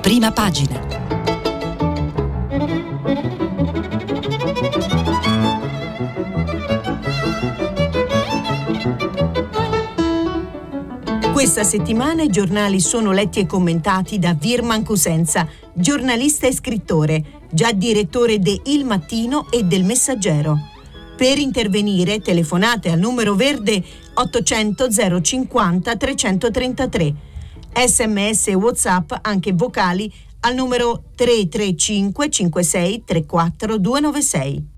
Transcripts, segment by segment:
Prima pagina. Questa settimana i giornali sono letti e commentati da Virman Cosenza, giornalista e scrittore, già direttore de Il Mattino e del Messaggero. Per intervenire telefonate al numero verde 800 050 333. SMS e WhatsApp, anche vocali, al numero 335 56 34 296.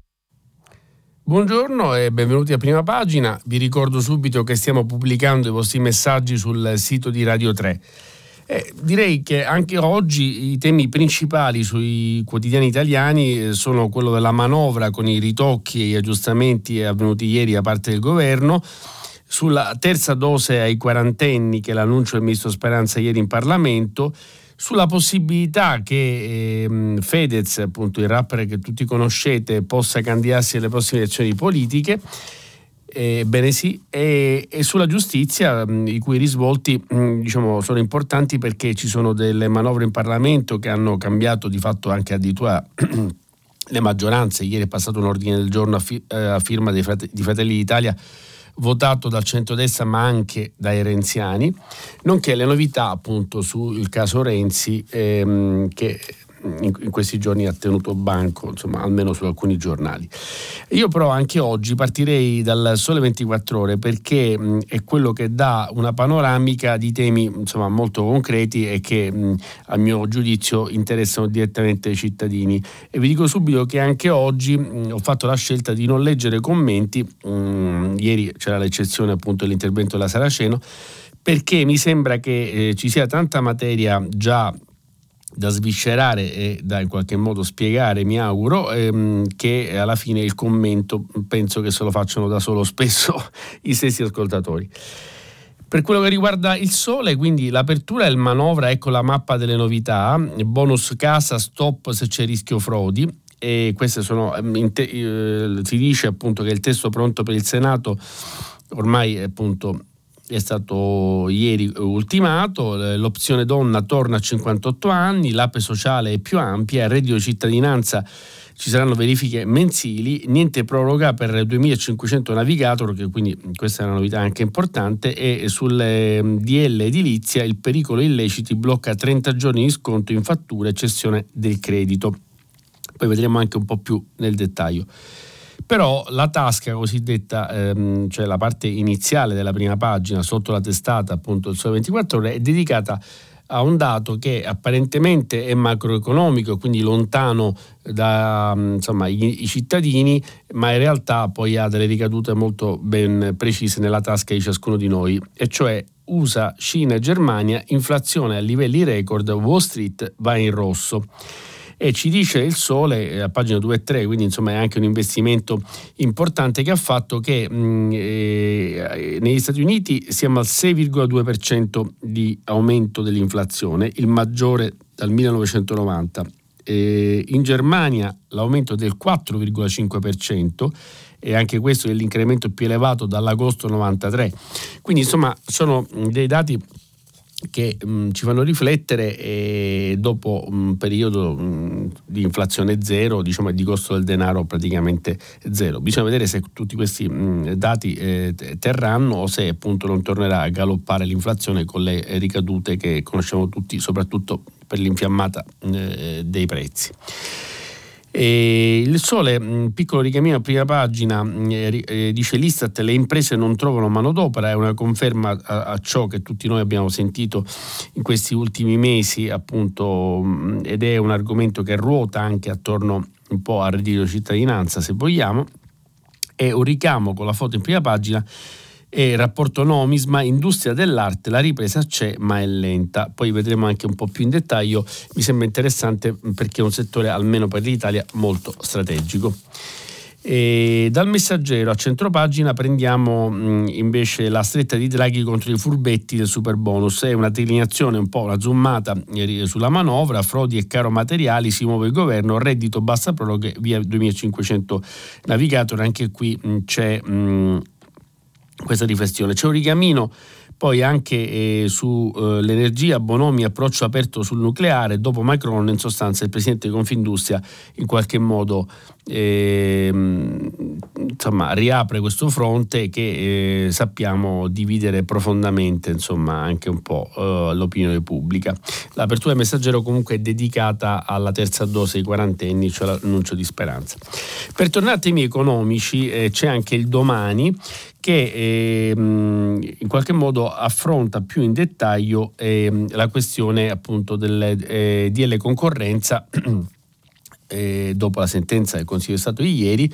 Buongiorno e benvenuti a Prima Pagina. Vi ricordo subito che stiamo pubblicando i vostri messaggi sul sito di Radio 3. Direi che anche oggi i temi principali sui quotidiani italiani sono quello della manovra con i ritocchi e gli aggiustamenti avvenuti ieri da parte del governo, sulla terza dose ai quarantenni, che è l'annuncio del ministro Speranza ieri in Parlamento, sulla possibilità che Fedez, appunto il rapper che tutti conoscete, possa candidarsi alle prossime elezioni politiche, bene sì, e sulla giustizia, i cui risvolti sono importanti perché ci sono delle manovre in Parlamento che hanno cambiato di fatto anche addirittura le maggioranze. Ieri è passato un ordine del giorno a firma di Fratelli d'Italia, votato dal centrodestra ma anche dai renziani, nonché le novità appunto sul caso Renzi, che in questi giorni ha tenuto banco, insomma, almeno su alcuni giornali. Io però anche oggi partirei dal Sole 24 Ore, perché è quello che dà una panoramica di temi, insomma, molto concreti e che a mio giudizio interessano direttamente i cittadini. E vi dico subito che anche oggi ho fatto la scelta di non leggere commenti. Ieri c'era l'eccezione appunto dell'intervento della Saraceno, perché mi sembra che ci sia tanta materia già da sviscerare e da in qualche modo spiegare, mi auguro, che alla fine il commento penso che se lo facciano da solo spesso i stessi ascoltatori. Per quello che riguarda il Sole, quindi l'apertura e il manovra, ecco la mappa delle novità: bonus casa, stop se c'è rischio frodi. E queste sono, si dice appunto che il testo pronto per il Senato ormai appunto è stato ieri ultimato. L'opzione donna torna a 58 anni, l'APE sociale è più ampia, il reddito di cittadinanza ci saranno verifiche mensili, niente proroga per 2.500 navigator, che quindi questa è una novità anche importante, e sulle DL edilizia il pericolo illeciti blocca 30 giorni di sconto in fattura e cessione del credito. Poi vedremo anche un po' più nel dettaglio. Però la tasca cosiddetta, cioè la parte iniziale della prima pagina sotto la testata appunto del Sole 24 Ore, è dedicata a un dato che apparentemente è macroeconomico, quindi lontano da i cittadini, ma in realtà poi ha delle ricadute molto ben precise nella tasca di ciascuno di noi, e cioè USA, Cina e Germania, inflazione a livelli record, Wall Street va in rosso. E ci dice il Sole a pagina 2 e 3, quindi insomma è anche un investimento importante che ha fatto, che negli Stati Uniti siamo al 6,2% di aumento dell'inflazione, il maggiore dal 1990. In Germania l'aumento del 4,5%, e anche questo è l'incremento più elevato dall'agosto 93. Quindi insomma sono dei dati che ci fanno riflettere, e dopo un periodo di inflazione zero, e di costo del denaro praticamente zero. Bisogna vedere se tutti questi dati terranno o se appunto non tornerà a galoppare l'inflazione con le ricadute che conosciamo tutti, soprattutto per l'infiammata dei prezzi. E il Sole, piccolo richiamino a prima pagina, dice l'Istat: le imprese non trovano manodopera. È una conferma a ciò che tutti noi abbiamo sentito in questi ultimi mesi, appunto, ed è un argomento che ruota anche attorno un po' al reddito di cittadinanza, se vogliamo. È un richiamo con la foto in prima pagina e rapporto Nomisma, industria dell'arte, la ripresa c'è ma è lenta. Poi vedremo anche un po' più in dettaglio, mi sembra interessante perché è un settore, almeno per l'Italia, molto strategico. E dal Messaggero a centropagina prendiamo invece la stretta di Draghi contro i furbetti del superbonus. È una declinazione, un po' una zoomata sulla manovra: frodi e caro materiali, si muove il governo, reddito bassa proroghe, via 2500 navigator. Anche qui c'è questa riflessione. C'è un rigamino Poi anche sull'energia, Bonomi approccio aperto sul nucleare, dopo Macron in sostanza il presidente di Confindustria in qualche modo riapre questo fronte che sappiamo dividere profondamente anche un po' l'opinione pubblica. L'apertura del Messaggero comunque è dedicata alla terza dose ai quarantenni, cioè l'annuncio di Speranza. Per tornare a temi economici, c'è anche il Domani che in qualche modo affronta più in dettaglio la questione appunto del DL concorrenza dopo la sentenza del Consiglio di Stato di ieri,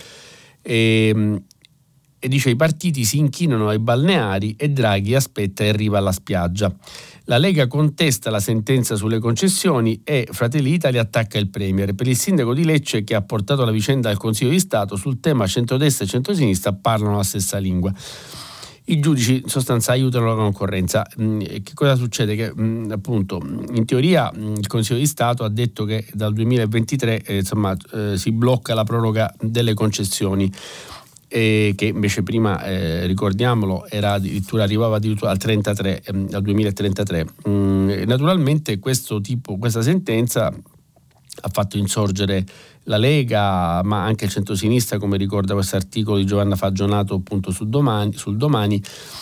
e dice: i partiti si inchinano ai balneari e Draghi aspetta e arriva alla spiaggia. La Lega contesta la sentenza sulle concessioni e Fratelli d'Italia attacca il Premier. Per il sindaco di Lecce, che ha portato la vicenda al Consiglio di Stato, sul tema centrodestra e centrosinistra parlano la stessa lingua. I giudici in sostanza aiutano la concorrenza. Che cosa succede? Che appunto in teoria il Consiglio di Stato ha detto che dal 2023 si blocca la proroga delle concessioni, che invece prima, ricordiamolo, arrivava addirittura al 2033. Naturalmente questa sentenza ha fatto insorgere la Lega, ma anche il centrosinistra, come ricorda questo articolo di Giovanna Fagionato appunto sul Domani,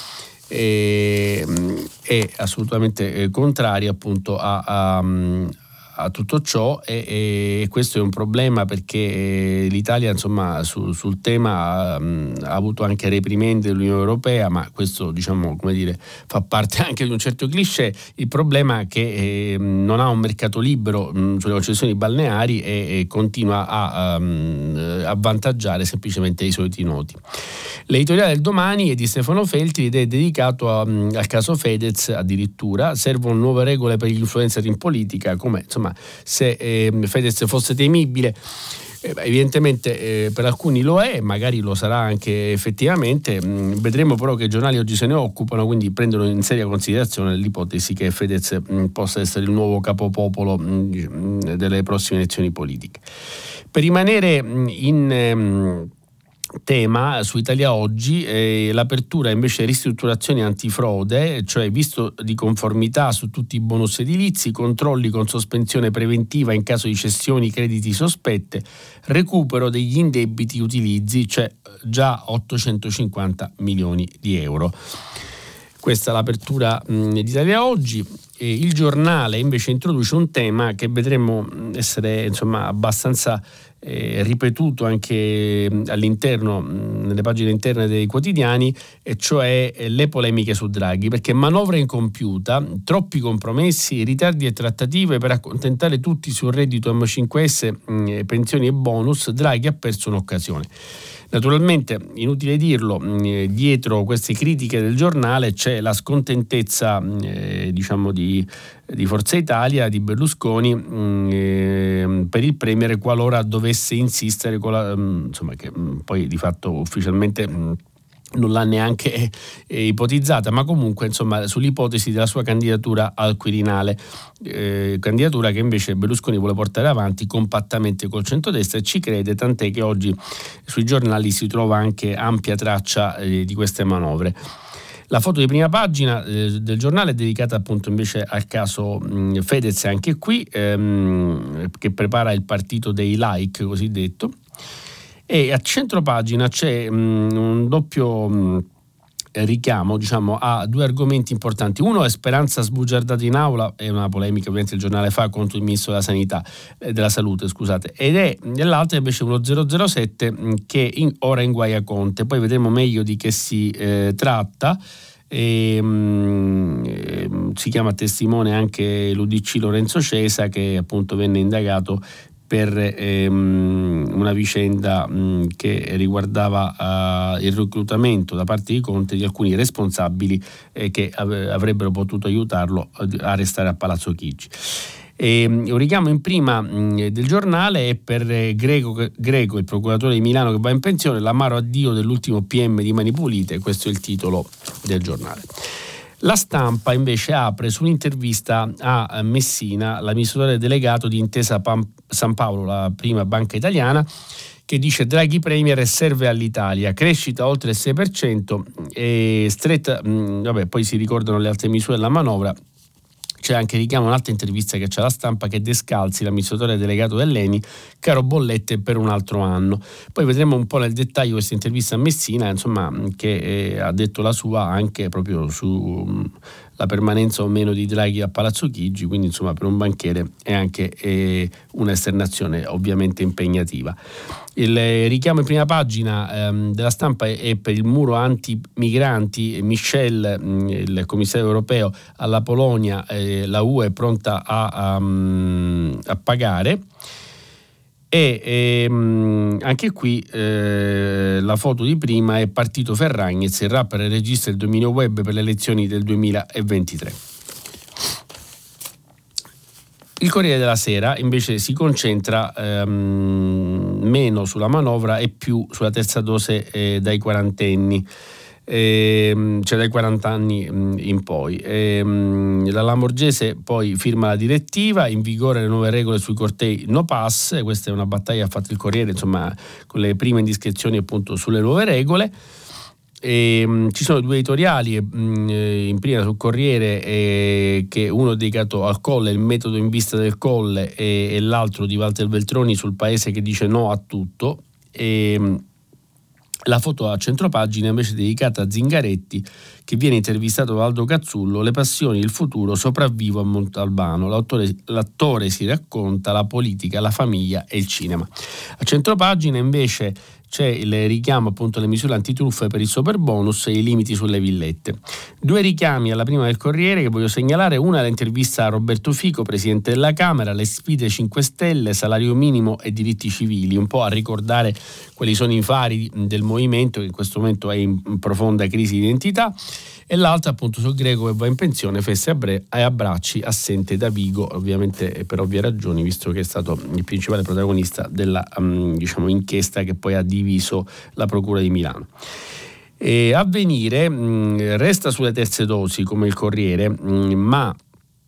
è assolutamente contraria appunto a tutto ciò, e questo è un problema perché l'Italia sul tema ha avuto anche reprimende dell'Unione Europea, ma questo fa parte anche di un certo cliché. Il problema è che non ha un mercato libero sulle concessioni balneari e continua a avvantaggiare semplicemente i soliti noti. L'editoriale del Domani è di Stefano Feltri ed è dedicato al caso Fedez. Addirittura servono nuove regole per gli influencer in politica, come se Fedez fosse temibile. Evidentemente per alcuni lo è, magari lo sarà anche effettivamente. Vedremo però che i giornali oggi se ne occupano, quindi prendono in seria considerazione l'ipotesi che Fedez possa essere il nuovo capopopolo delle prossime elezioni politiche. Per rimanere in tema su Italia Oggi, l'apertura invece ristrutturazioni antifrode, cioè visto di conformità su tutti i bonus edilizi, controlli con sospensione preventiva in caso di cessioni crediti sospette, recupero degli indebiti utilizzi, cioè già 850 milioni di euro. Questa è l'apertura di Italia Oggi. Il Giornale invece introduce un tema che vedremo essere abbastanza ripetuto anche all'interno, nelle pagine interne dei quotidiani, e cioè le polemiche su Draghi, perché manovra incompiuta, troppi compromessi, ritardi e trattative per accontentare tutti sul reddito M5S, pensioni e bonus. Draghi ha perso un'occasione. Naturalmente, inutile dirlo, dietro queste critiche del Giornale c'è la scontentezza di Forza Italia, di Berlusconi, per il Premier qualora dovesse insistere con che poi di fatto ufficialmente non l'ha neanche ipotizzata, ma comunque sull'ipotesi della sua candidatura al Quirinale, candidatura che invece Berlusconi vuole portare avanti compattamente col centrodestra, e ci crede, tant'è che oggi sui giornali si trova anche ampia traccia di queste manovre. La foto di prima pagina del giornale è dedicata appunto invece al caso Fedez, anche qui che prepara il partito dei like cosiddetto. E a centropagina c'è un doppio richiamo a due argomenti importanti. Uno è Speranza sbugiardata in aula, è una polemica ovviamente il giornale fa contro il ministro della salute, ed l'altro invece uno 007 che ora inguaia Conte. Poi vedremo meglio di che si tratta. Si chiama testimone anche l'UDC Lorenzo Cesa, che appunto venne indagato per una vicenda che riguardava il reclutamento da parte di Conte di alcuni responsabili che avrebbero potuto aiutarlo a restare a Palazzo Chigi. Un richiamo in prima del giornale è per Greco, il procuratore di Milano che va in pensione, l'amaro addio dell'ultimo PM di Mani Pulite. Questo è il titolo del giornale. La Stampa invece apre su un'intervista a Messina, l'amministratore delegato di Intesa San Paolo, la prima banca italiana, che dice Draghi Premier e serve all'Italia, crescita oltre il 6% e stretta, poi si ricordano le altre misure della manovra. C'è anche richiamo un'altra intervista che c'è alla Stampa che Descalzi, l'amministratore delegato dell'ENI, caro bollette per un altro anno. Poi vedremo un po' nel dettaglio questa intervista a Messina, insomma, che ha detto la sua anche proprio su la permanenza o meno di Draghi a Palazzo Chigi, quindi insomma per un banchiere è anche un'esternazione ovviamente impegnativa. Il richiamo in prima pagina della Stampa è per il muro anti-migranti. Michel, il commissario europeo alla Polonia, la UE è pronta a pagare. E anche qui la foto di prima è Partito Ferragnez, il rapper registra il dominio web per le elezioni del 2023. Il Corriere della Sera invece si concentra meno sulla manovra e più sulla terza dose dai quarantenni. Cioè dai 40 anni in poi. La Lamorgese poi firma la direttiva, in vigore le nuove regole sui cortei no pass. Questa è una battaglia che ha fatto il Corriere, insomma, con le prime indiscrezioni appunto sulle nuove regole. Ci sono due editoriali, in prima sul Corriere, che uno dedicato al Colle, il metodo in vista del Colle, e l'altro di Walter Veltroni sul Paese che dice no a tutto. La foto a centropagina invece è dedicata a Zingaretti, che viene intervistato da Aldo Cazzullo. Le passioni, il futuro, sopravvivo a Montalbano. L'attore si racconta, la politica, la famiglia e il cinema. A centropagina invece c'è il richiamo appunto alle misure antitruffe per il superbonus e i limiti sulle villette. Due richiami alla prima del Corriere che voglio segnalare: una è l'intervista a Roberto Fico, presidente della Camera, le sfide 5 Stelle, salario minimo e diritti civili, un po' a ricordare quali sono i fari del movimento che in questo momento è in profonda crisi di identità. E l'altra appunto sul Greco che va in pensione, feste e abbracci, assente da Vigo, ovviamente per ovvie ragioni, visto che è stato il principale protagonista della inchiesta che poi ha diviso la Procura di Milano. Avvenire resta sulle terze dosi come il Corriere, ma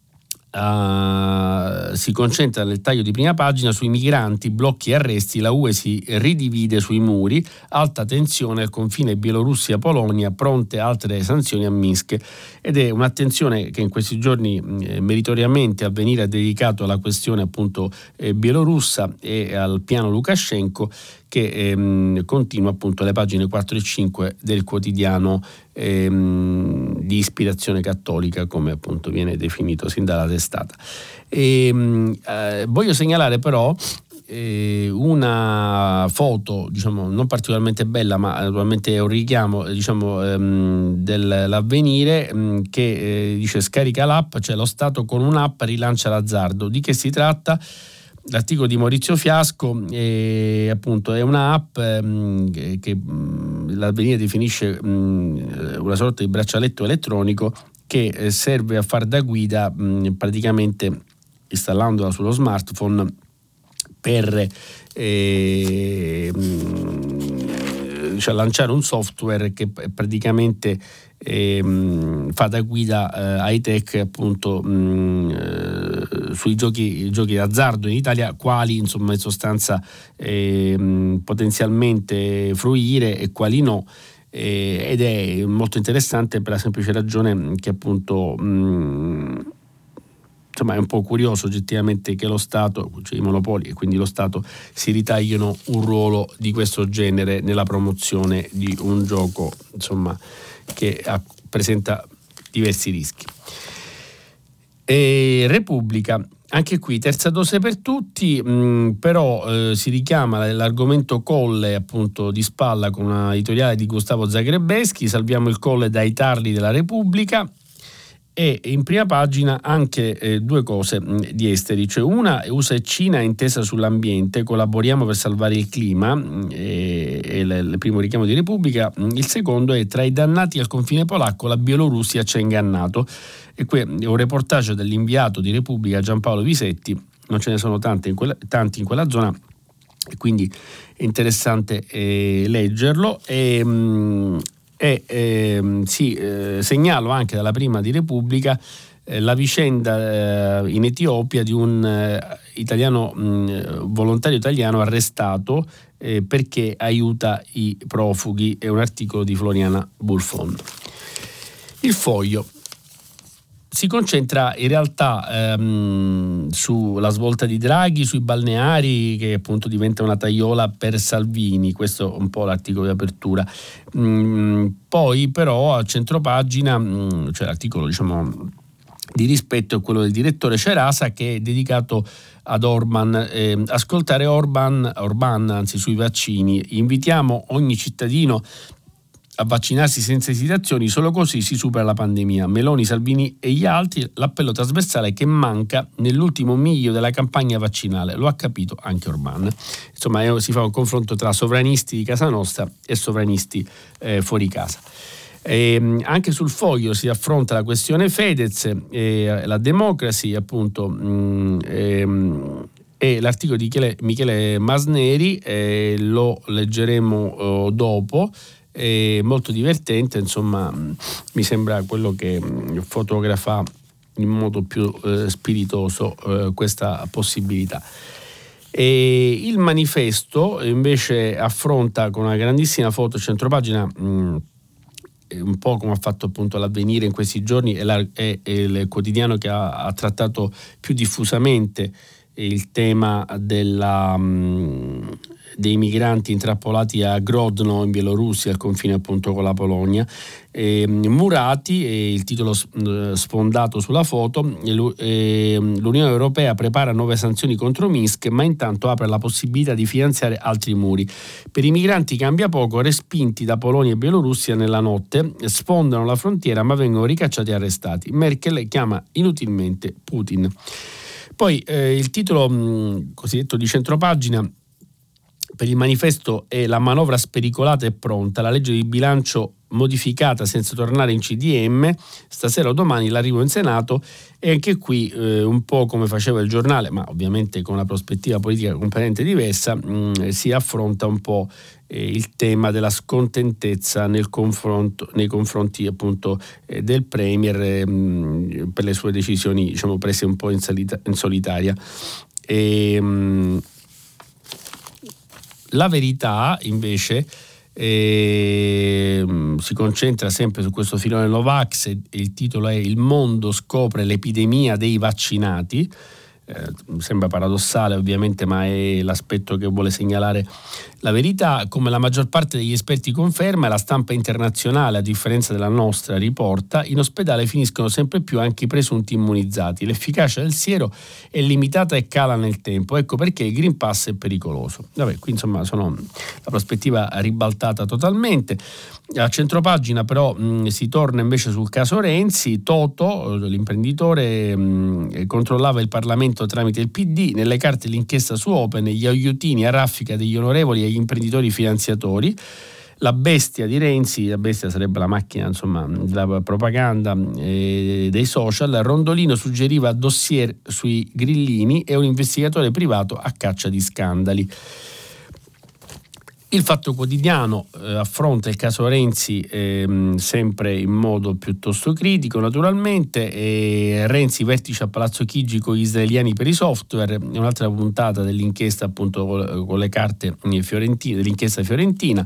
si concentra nel taglio di prima pagina sui migranti, blocchi e arresti. La UE si ridivide sui muri, alta tensione al confine Bielorussia-Polonia, pronte altre sanzioni a Minsk. Ed è un'attenzione che in questi giorni meritoriamente Avvenire ha dedicato alla questione appunto bielorussa e al piano Lukashenko, che continua appunto alle pagine 4 e 5 del quotidiano di ispirazione cattolica, come appunto viene definito sin dalla testata. Voglio segnalare però una foto non particolarmente bella, ma naturalmente è un richiamo dell'Avvenire che dice scarica l'app, cioè lo Stato con un'app rilancia l'azzardo. Di che si tratta? L'articolo di Maurizio Fiasco appunto è una app che l'Avvenire definisce una sorta di braccialetto elettronico che serve a far da guida praticamente installandola sullo smartphone per lanciare un software che praticamente fa da guida high tech appunto sui giochi d'azzardo in Italia, quali insomma in sostanza potenzialmente fruire e quali no, ed è molto interessante per la semplice ragione che appunto insomma è un po' curioso oggettivamente che lo Stato, cioè i monopoli e quindi lo Stato, si ritagliano un ruolo di questo genere nella promozione di un gioco insomma che presenta diversi rischi. Repubblica, anche qui terza dose per tutti, però si richiama l'argomento Colle appunto di spalla con una editoriale di Gustavo Zagrebeschi, salviamo il Colle dai tarli della Repubblica. E in prima pagina anche due cose di esteri, cioè una USA e Cina intesa sull'ambiente, collaboriamo per salvare il clima, il primo richiamo di Repubblica. Il secondo è tra i dannati al confine polacco la Bielorussia ci ha ingannato, e qui è un reportage dell'inviato di Repubblica Giampaolo Visetti, non ce ne sono tanti in quella zona e quindi è interessante leggerlo. Segnalo anche dalla prima di Repubblica la vicenda in Etiopia di un volontario italiano arrestato perché aiuta i profughi, è un articolo di Floriana Bulfondo. Il Foglio si concentra in realtà sulla svolta di Draghi, sui balneari, che appunto diventa una tagliola per Salvini, questo è un po' l'articolo di apertura. Poi però a centropagina c'è l'articolo diciamo di rispetto è quello del direttore Cerasa, che è dedicato ad Orban, ascoltare Orban anzi sui vaccini. Invitiamo ogni cittadino a vaccinarsi senza esitazioni, solo così si supera la pandemia. Meloni, Salvini e gli altri, l'appello trasversale che manca nell'ultimo miglio della campagna vaccinale, lo ha capito anche Orban. Insomma, si fa un confronto tra sovranisti di casa nostra e sovranisti fuori casa. Anche sul Foglio si affronta la questione Fedez, la democracy appunto, e l'articolo di Michele Masneri, lo leggeremo dopo. È molto divertente, insomma, mi sembra quello che fotografa in modo più spiritoso questa possibilità. E il Manifesto invece affronta con una grandissima foto centropagina, un po' come ha fatto appunto l'Avvenire in questi giorni, è il quotidiano che ha trattato più diffusamente il tema dei migranti intrappolati a Grodno in Bielorussia, al confine appunto con la Polonia. Murati è il titolo sfondato sulla foto. L'Unione Europea prepara nuove sanzioni contro Minsk, ma intanto apre la possibilità di finanziare altri muri. Per i migranti cambia poco, respinti da Polonia e Bielorussia nella notte, sfondano la frontiera ma vengono ricacciati e arrestati. Merkel chiama inutilmente Putin. Poi il titolo cosiddetto di centropagina per il Manifesto è: la manovra spericolata è pronta, la legge di bilancio modificata senza tornare in CDM, stasera o domani l'arrivo in Senato. E anche qui un po' come faceva il Giornale, ma ovviamente con una prospettiva politica completamente diversa, si affronta un po' il tema della scontentezza nei confronti appunto del Premier per le sue decisioni diciamo prese un po' in solitaria. La Verità invece si concentra sempre su questo filone Novax e il titolo è: il mondo scopre l'epidemia dei vaccinati. Sembra paradossale ovviamente, ma è l'aspetto che vuole segnalare La Verità. Come la maggior parte degli esperti conferma e la stampa internazionale, a differenza della nostra, riporta, in ospedale finiscono sempre più anche i presunti immunizzati. L'efficacia del siero è limitata e cala nel tempo, ecco perché il Green Pass è pericoloso. Vabbè, qui insomma sono la prospettiva ribaltata totalmente. A centropagina però si torna invece sul caso Renzi. Toto, l'imprenditore, controllava il Parlamento tramite il PD, nelle carte l'inchiesta su Open, gli aiutini a raffica degli onorevoli e gli imprenditori finanziatori. La bestia di Renzi, la bestia sarebbe la macchina insomma della propaganda dei social. Rondolino suggeriva dossier sui grillini e un investigatore privato a caccia di scandali. Il Fatto Quotidiano affronta il caso Renzi sempre in modo piuttosto critico, naturalmente. Renzi vertice a Palazzo Chigi con gli israeliani per i software, un'altra puntata dell'inchiesta appunto con le carte fiorentine, dell'inchiesta fiorentina.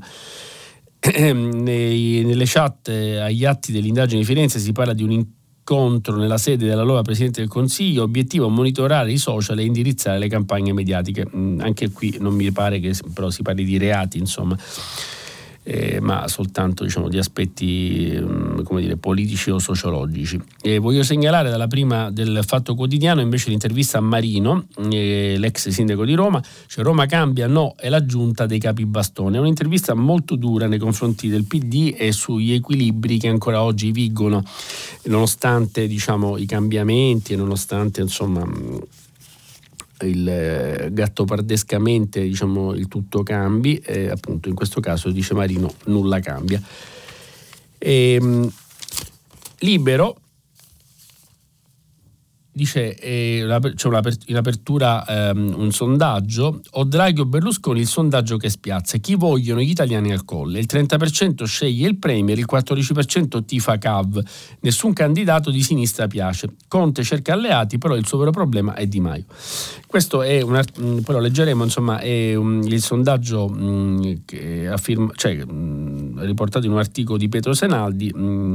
Nelle chat agli atti dell'indagine di Firenze si parla di un incontro nella sede dell'allora Presidente del Consiglio, obiettivo monitorare i social e indirizzare le campagne mediatiche. Anche qui non mi pare che però si parli di reati, insomma, ma soltanto diciamo di aspetti come dire politici o sociologici. Voglio segnalare dalla prima del Fatto Quotidiano invece l'intervista a Marino, l'ex sindaco di Roma. Cioè, Roma cambia, no, è la giunta dei capibastone. È un'intervista molto dura nei confronti del PD e sugli equilibri che ancora oggi vigono nonostante diciamo i cambiamenti e nonostante insomma il gattopardescamente diciamo il tutto cambi, appunto in questo caso dice Marino nulla cambia. Libero dice c'è in apertura un sondaggio: o Draghi o Berlusconi, il sondaggio che spiazza, chi vogliono gli italiani al colle, il 30% sceglie il premier, il 14% tifa CAV, nessun candidato di sinistra piace, Conte cerca alleati, però il suo vero problema è Di Maio. Questo è poi lo leggeremo, insomma, è il sondaggio che riportato in un articolo di Pietro Senaldi,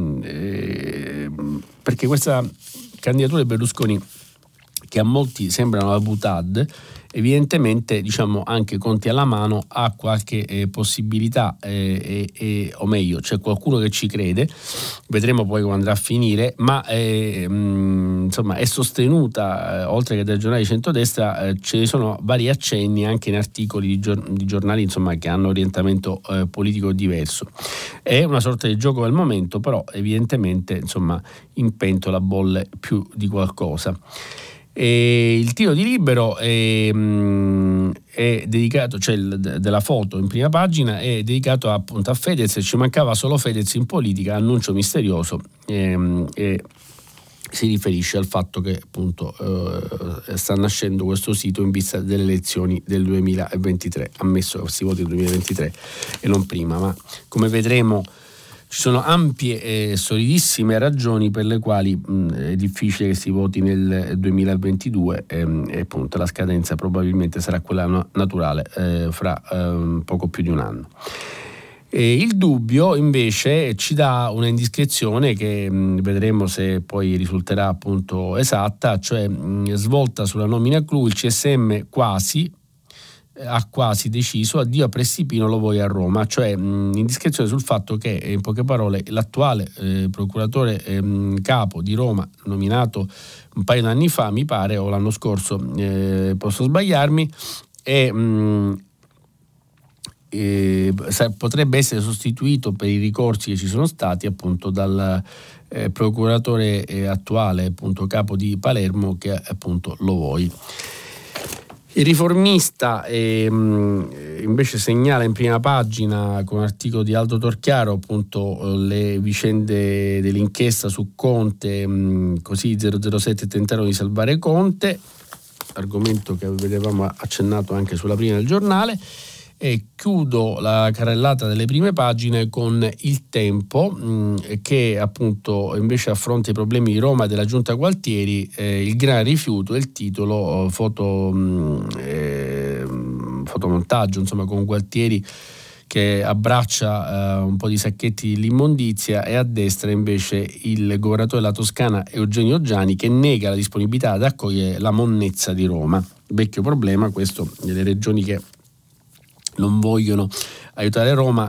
perché questa candidatura di Berlusconi, che a molti sembrano la boutade, evidentemente, diciamo, anche conti alla mano, ha qualche possibilità, o meglio, c'è qualcuno che ci crede, vedremo poi come andrà a finire, ma insomma è sostenuta, oltre che dai giornali di centrodestra, ce ne sono vari accenni anche in articoli di giornali, insomma, che hanno orientamento politico diverso. È una sorta di gioco del momento, però evidentemente, insomma, in pentola bolle più di qualcosa. E il tiro di Libero è dedicato, cioè della foto in prima pagina, è dedicato appunto a Fedez. Ci mancava solo Fedez in politica, annuncio misterioso, e si riferisce al fatto che appunto sta nascendo questo sito in vista delle elezioni del 2023, ammesso che si voti nel 2023 e non prima, ma come vedremo ci sono ampie e solidissime ragioni per le quali è difficile che si voti nel 2022, e appunto la scadenza probabilmente sarà quella naturale fra poco più di un anno. Il Dubbio invece ci dà una indiscrezione che vedremo se poi risulterà appunto esatta, cioè svolta sulla nomina clou, il CSM ha quasi deciso, addio a Prestipino, lo vuoi a Roma, cioè indiscrezione sul fatto che, in poche parole, l'attuale procuratore capo di Roma, nominato un paio d'anni fa, mi pare, o l'anno scorso, posso sbagliarmi, potrebbe essere sostituito per i ricorsi che ci sono stati appunto dal procuratore attuale, appunto capo di Palermo, che appunto lo vuoi. Il Riformista invece segnala in prima pagina, con un articolo di Aldo Torchiaro, appunto le vicende dell'inchiesta su Conte, così 007 tentarono di salvare Conte, argomento che vedevamo accennato anche sulla prima del giornale. E chiudo la carrellata delle prime pagine con Il Tempo, che appunto invece affronta i problemi di Roma e della giunta Gualtieri, il gran rifiuto, il titolo, fotomontaggio, insomma, con Gualtieri che abbraccia un po' di sacchetti di immondizia, e a destra invece il governatore della Toscana Eugenio Giani, che nega la disponibilità ad accogliere la monnezza di Roma. Vecchio problema questo delle regioni che non vogliono aiutare Roma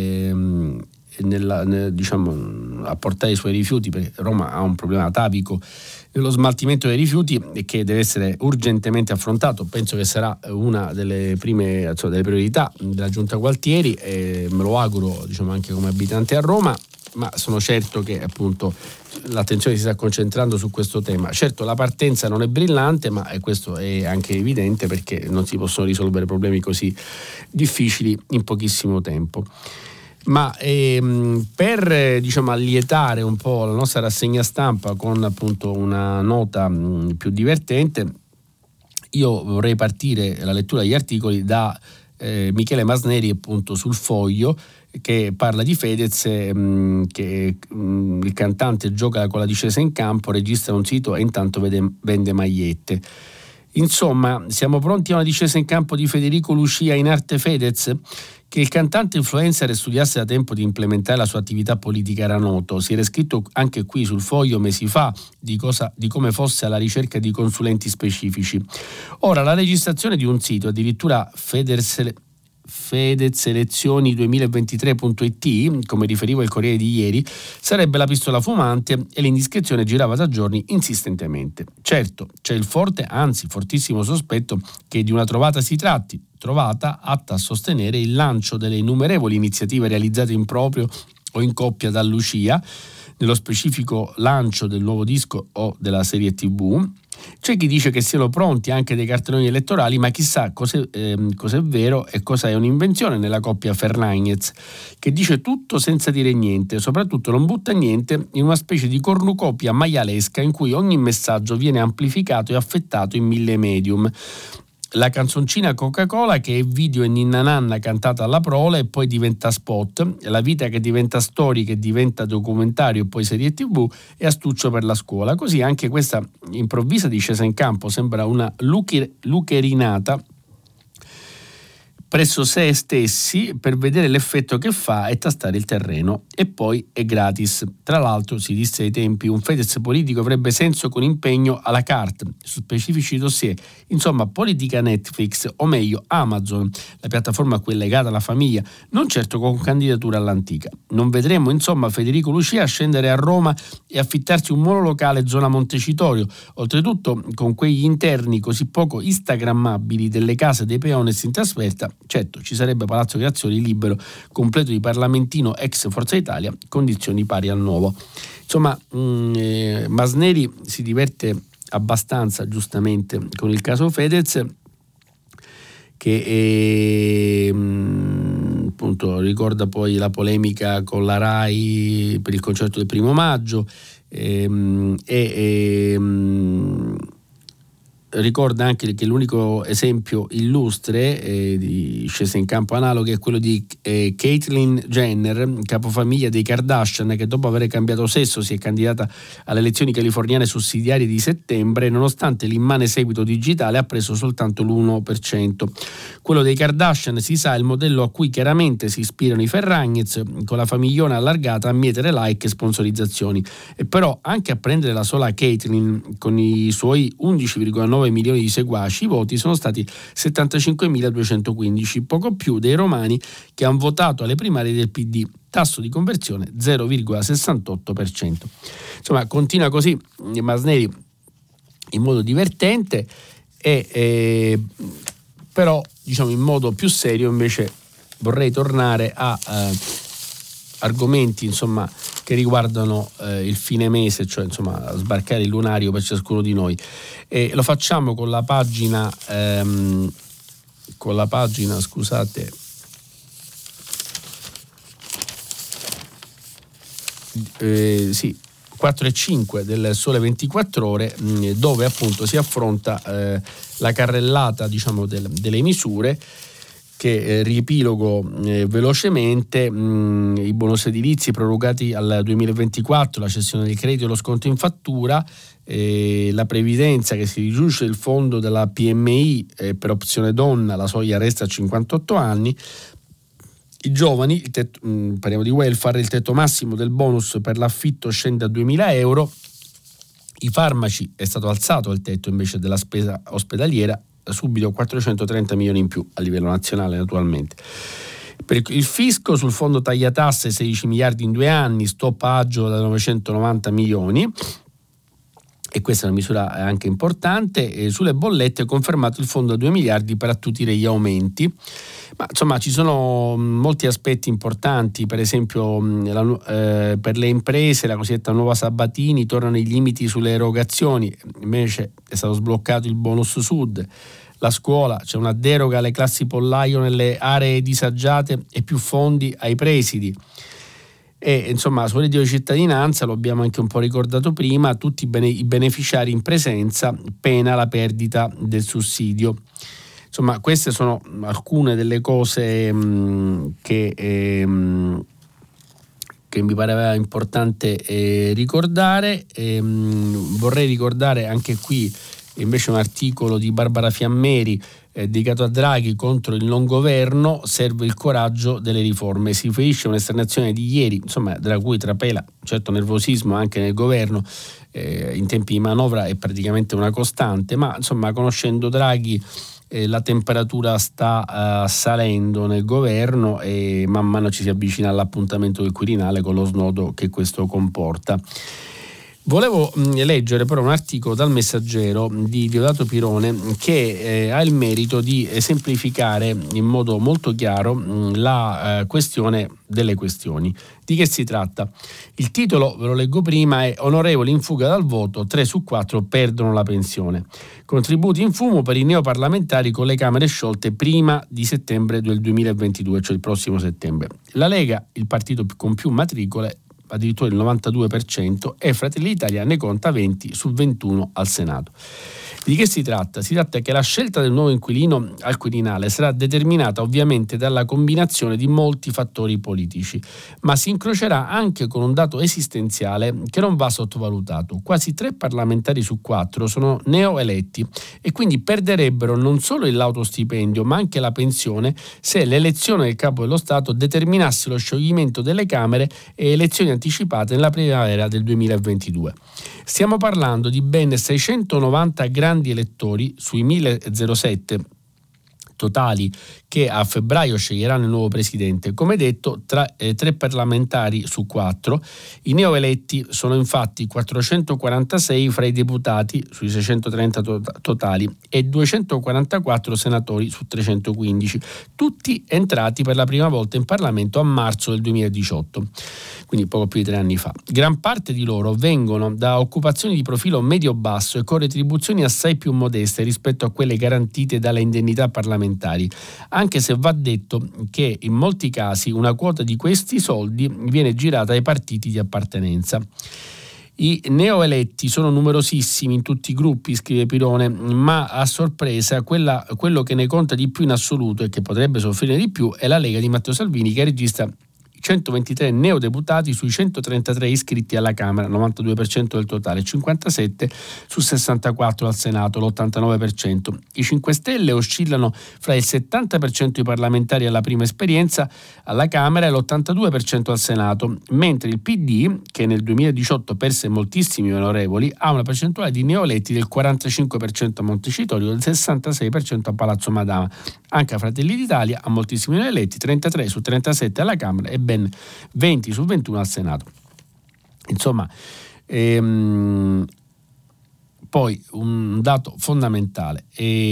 diciamo, a portare i suoi rifiuti, perché Roma ha un problema atavico nello smaltimento dei rifiuti e che deve essere urgentemente affrontato. Penso che sarà una delle prime, delle priorità della giunta Gualtieri, e me lo auguro, diciamo, anche come abitante a Roma, ma sono certo che appunto l'attenzione si sta concentrando su questo tema. Certo, la partenza non è brillante, ma questo è anche evidente, perché non si possono risolvere problemi così difficili in pochissimo tempo. Ma per diciamo allietare un po' la nostra rassegna stampa con appunto una nota più divertente, io vorrei partire la lettura degli articoli da Michele Masneri, appunto, sul Foglio, che parla di Fedez, che il cantante gioca con la discesa in campo, registra un sito e intanto vende magliette. Insomma, siamo pronti a una discesa in campo di Federico Lucia in arte Fedez? Che il cantante influencer studiasse da tempo di implementare la sua attività politica era noto. Si era scritto anche qui sul Foglio mesi fa di come fosse alla ricerca di consulenti specifici. Ora, la registrazione di un sito, addirittura fedezelezioni2023.it, come riferiva il Corriere di ieri, sarebbe la pistola fumante, e l'indiscrezione girava da giorni insistentemente. Certo, c'è il forte, anzi fortissimo sospetto che di una trovata si tratti, trovata atta a sostenere il lancio delle innumerevoli iniziative realizzate in proprio o in coppia da Lucia nello specifico lancio del nuovo disco o della serie TV. C'è chi dice che siano pronti anche dei cartelloni elettorali, ma chissà cos'è vero e cosa è un'invenzione nella coppia Ferragnez, che dice tutto senza dire niente, soprattutto non butta niente in una specie di cornucopia maialesca in cui ogni messaggio viene amplificato e affettato in 1000 medium. La canzoncina Coca-Cola che è video e ninna nanna cantata alla prole e poi diventa spot, la vita che diventa storia, che diventa documentario e poi serie TV e astuccio per la scuola. Così anche questa improvvisa discesa in campo sembra una lucherinata presso sé stessi per vedere l'effetto che fa e tastare il terreno, e poi è gratis. Tra l'altro, si disse ai tempi, un Fedez politico avrebbe senso con impegno à la carte su specifici dossier, insomma politica Netflix, o meglio Amazon, la piattaforma a cui è legata alla famiglia, non certo con candidatura all'antica. Non vedremo insomma Federico Lucia scendere a Roma e affittarsi un monolocale zona Montecitorio, oltretutto con quegli interni così poco instagrammabili delle case dei peones in trasferta. Certo, ci sarebbe Palazzo Grazioli libero, completo di parlamentino ex Forza Italia, condizioni pari al nuovo. Insomma, Masneri si diverte abbastanza, giustamente, con il caso Fedez, che appunto ricorda poi la polemica con la RAI per il concerto del 1° maggio ricorda anche che l'unico esempio illustre di scesa in campo analoghe è quello di Caitlyn Jenner, capofamiglia dei Kardashian, che dopo aver cambiato sesso si è candidata alle elezioni californiane sussidiarie di settembre, nonostante l'immane seguito digitale ha preso soltanto l'1%. Quello dei Kardashian, si sa, è il modello a cui chiaramente si ispirano i Ferragnez, con la famigliona allargata a mietere like e sponsorizzazioni. E però anche a prendere la sola Caitlyn, con i suoi 11,9 milioni di seguaci, i voti sono stati 75.215, poco più dei romani che hanno votato alle primarie del PD, tasso di conversione 0,68%. Insomma, continua così Masneri in modo divertente però diciamo in modo più serio invece vorrei tornare a argomenti insomma che riguardano il fine mese, cioè insomma sbarcare il lunario per ciascuno di noi, e lo facciamo con la pagina scusate 4 e 5 del Sole 24 Ore, dove appunto si affronta la carrellata diciamo delle misure che riepilogo velocemente: i bonus edilizi prorogati al 2024, la cessione del credito e lo sconto in fattura, la previdenza che si riduce il fondo della PMI per opzione donna, la soglia resta a 58 anni, i giovani, parliamo di welfare, il tetto massimo del bonus per l'affitto scende a 2.000 euro, i farmaci è stato alzato il tetto invece della spesa ospedaliera, subito 430 milioni in più a livello nazionale naturalmente. Per il fisco, sul fondo tagliatasse 16 miliardi in 2 anni, stop agio da 990 milioni, e questa è una misura anche importante. E sulle bollette è confermato il fondo a 2 miliardi per attutire gli aumenti. Ma insomma ci sono molti aspetti importanti, per esempio per le imprese la cosiddetta nuova Sabatini, tornano i limiti sulle erogazioni, invece è stato sbloccato il bonus sud. La scuola, c'è una deroga alle classi pollaio nelle aree disagiate e più fondi ai presidi. E insomma sul reddito di cittadinanza, lo abbiamo anche un po' ricordato prima, tutti i beneficiari in presenza, pena la perdita del sussidio. Insomma, queste sono alcune delle cose che mi pareva importante ricordare. Vorrei ricordare anche qui invece un articolo di Barbara Fiammeri dedicato a Draghi: contro il non governo serve il coraggio delle riforme. Si riferisce a un'esternazione di ieri, insomma, da cui trapela certo nervosismo anche nel governo. In tempi di manovra è praticamente una costante, ma insomma, conoscendo Draghi, la temperatura sta salendo nel governo e man mano ci si avvicina all'appuntamento del Quirinale con lo snodo che questo comporta. Volevo leggere però un articolo dal Messaggero di Diodato Pirone che ha il merito di semplificare in modo molto chiaro la questione delle questioni. Di che si tratta? Il titolo, ve lo leggo prima, è Onorevoli in fuga dal voto, 3 su 4 perdono la pensione. Contributi in fumo per i neoparlamentari con le Camere sciolte prima di settembre del 2022, cioè il prossimo settembre. La Lega, il partito con più matricole, addirittura il 92%, e Fratelli d'Italia ne conta 20 su 21 al Senato. Di che si tratta? Si tratta che la scelta del nuovo inquilino al Quirinale sarà determinata ovviamente dalla combinazione di molti fattori politici, ma si incrocerà anche con un dato esistenziale che non va sottovalutato. Quasi 3 parlamentari su 4 sono neoeletti e quindi perderebbero non solo il lauto stipendio ma anche la pensione se l'elezione del capo dello Stato determinasse lo scioglimento delle Camere e elezioni anticipate nella primavera del 2022. Stiamo parlando di ben 690 grandi elettori sui 1007 totali che a febbraio sceglieranno il nuovo presidente. Come detto, tra 3 parlamentari su 4. I neoeletti sono infatti 446 fra i deputati sui 630 totali e 244 senatori su 315, tutti entrati per la prima volta in Parlamento a marzo del 2018, quindi poco più di 3 anni fa. Gran parte di loro vengono da occupazioni di profilo medio-basso e con retribuzioni assai più modeste rispetto a quelle garantite dalle indennità parlamentari, anche se va detto che in molti casi una quota di questi soldi viene girata ai partiti di appartenenza. I neoeletti sono numerosissimi in tutti i gruppi, scrive Pirone, ma a sorpresa quello che ne conta di più in assoluto e che potrebbe soffrire di più è la Lega di Matteo Salvini, che registra 123 neodeputati sui 133 iscritti alla Camera, 92% del totale, 57 su 64 al Senato, l'89%. I 5 Stelle oscillano fra il 70% di parlamentari alla prima esperienza alla Camera e l'82% al Senato, mentre il PD, che nel 2018 perse moltissimi onorevoli, ha una percentuale di neoeletti del 45% a Montecitorio e del 66% a Palazzo Madama. Anche a Fratelli d'Italia ha moltissimi neoeletti, 33 su 37 alla Camera e ben 20 su 21 al Senato. Insomma, poi un dato fondamentale.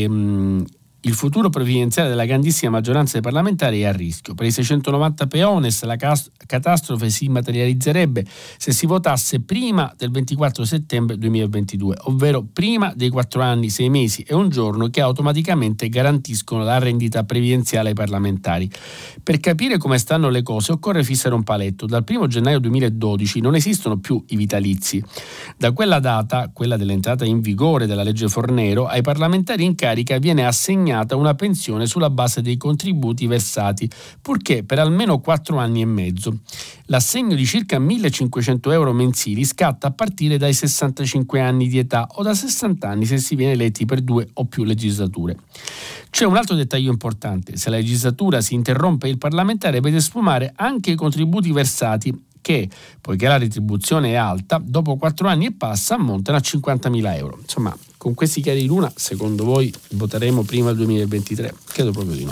Il futuro presidenziale della grandissima maggioranza dei parlamentari è a rischio. Per i 690 peones la catastrofe si materializzerebbe se si votasse prima del 24 settembre 2022, ovvero prima dei 4 anni, 6 mesi e un giorno che automaticamente garantiscono la rendita previdenziale ai parlamentari. Per capire come stanno le cose occorre fissare un paletto. Dal 1 gennaio 2012 non esistono più i vitalizi. Da quella data, quella dell'entrata in vigore della legge Fornero, ai parlamentari in carica viene assegnata una pensione sulla base dei contributi versati, purché per almeno 4 anni e mezzo. L'assegno di circa 1.500 euro mensili scatta a partire dai 65 anni di età o da 60 anni se si viene eletti per 2 o più legislature. C'è un altro dettaglio importante: se la legislatura si interrompe, il parlamentare vede sfumare anche i contributi versati che, poiché la retribuzione è alta, dopo 4 anni e passa ammontano a 50.000 euro. Insomma, con questi chiari di luna, secondo voi voteremo prima del 2023? Credo proprio di no.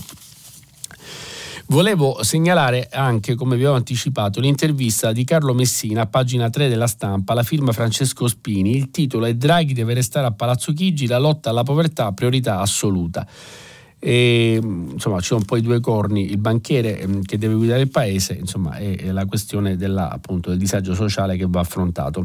Volevo segnalare anche, come vi avevo anticipato, l'intervista di Carlo Messina a pagina 3 della Stampa, la firma Francesco Spini. Il titolo è Draghi deve restare a Palazzo Chigi, la lotta alla povertà priorità assoluta. E, insomma, c'è un po' i due corni, il banchiere che deve guidare il paese, insomma, è la questione appunto del disagio sociale che va affrontato.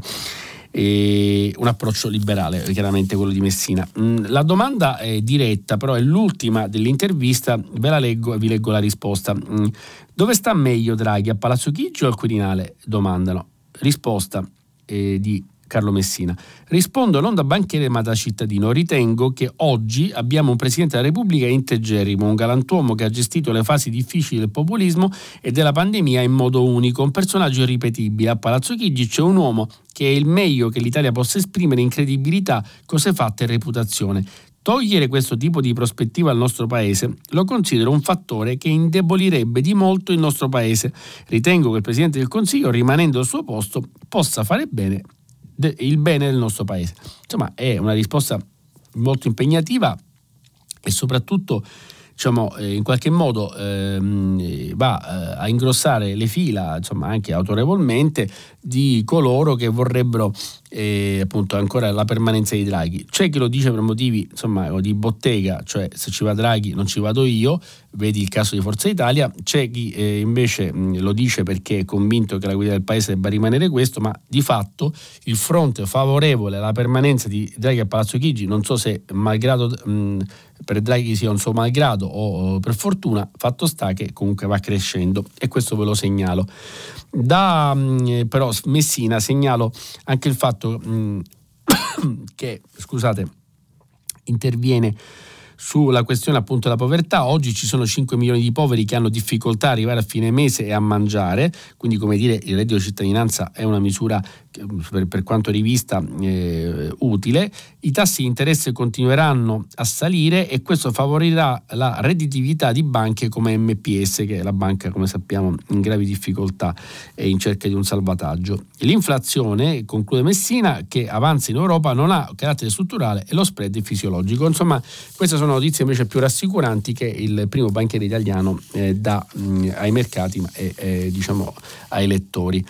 E un approccio liberale, chiaramente quello di Messina. La domanda è diretta, però è l'ultima dell'intervista, ve la leggo e vi leggo la risposta. Dove sta meglio Draghi, a Palazzo Chigi o al Quirinale? Domandano. Risposta di Carlo Messina. Rispondo non da banchiere ma da cittadino. Ritengo che oggi abbiamo un Presidente della Repubblica integerrimo, un galantuomo che ha gestito le fasi difficili del populismo e della pandemia in modo unico, un personaggio irripetibile. A Palazzo Chigi c'è un uomo che è il meglio che l'Italia possa esprimere in credibilità, cose fatte e reputazione. Togliere questo tipo di prospettiva al nostro paese lo considero un fattore che indebolirebbe di molto il nostro paese. Ritengo che il Presidente del Consiglio, rimanendo al suo posto, possa fare bene il bene del nostro paese. Insomma, è una risposta molto impegnativa e soprattutto, diciamo, in qualche modo va a ingrossare le fila, insomma, anche autorevolmente, di coloro che vorrebbero appunto ancora la permanenza di Draghi. C'è chi lo dice per motivi di bottega, cioè se ci va Draghi non ci vado io, vedi il caso di Forza Italia. C'è chi invece lo dice perché è convinto che la guida del paese debba rimanere questo, ma di fatto il fronte favorevole alla permanenza di Draghi a Palazzo Chigi, non so se malgrado per Draghi sia un suo malgrado o per fortuna, fatto sta che comunque va crescendo, e questo ve lo segnalo. Da però Messina segnalo anche il fatto che, interviene sulla questione appunto della povertà. Oggi ci sono 5 milioni di poveri che hanno difficoltà a arrivare a fine mese e a mangiare, quindi come dire il reddito di cittadinanza è una misura per quanto rivista utile. I tassi di interesse continueranno a salire e questo favorirà la redditività di banche come MPS, che è la banca, come sappiamo, in gravi difficoltà e in cerca di un salvataggio. L'inflazione, conclude Messina, che avanza in Europa non ha carattere strutturale e lo spread è fisiologico. Insomma, queste sono notizie invece più rassicuranti che il primo banchiere italiano dà ai mercati e diciamo ai lettori.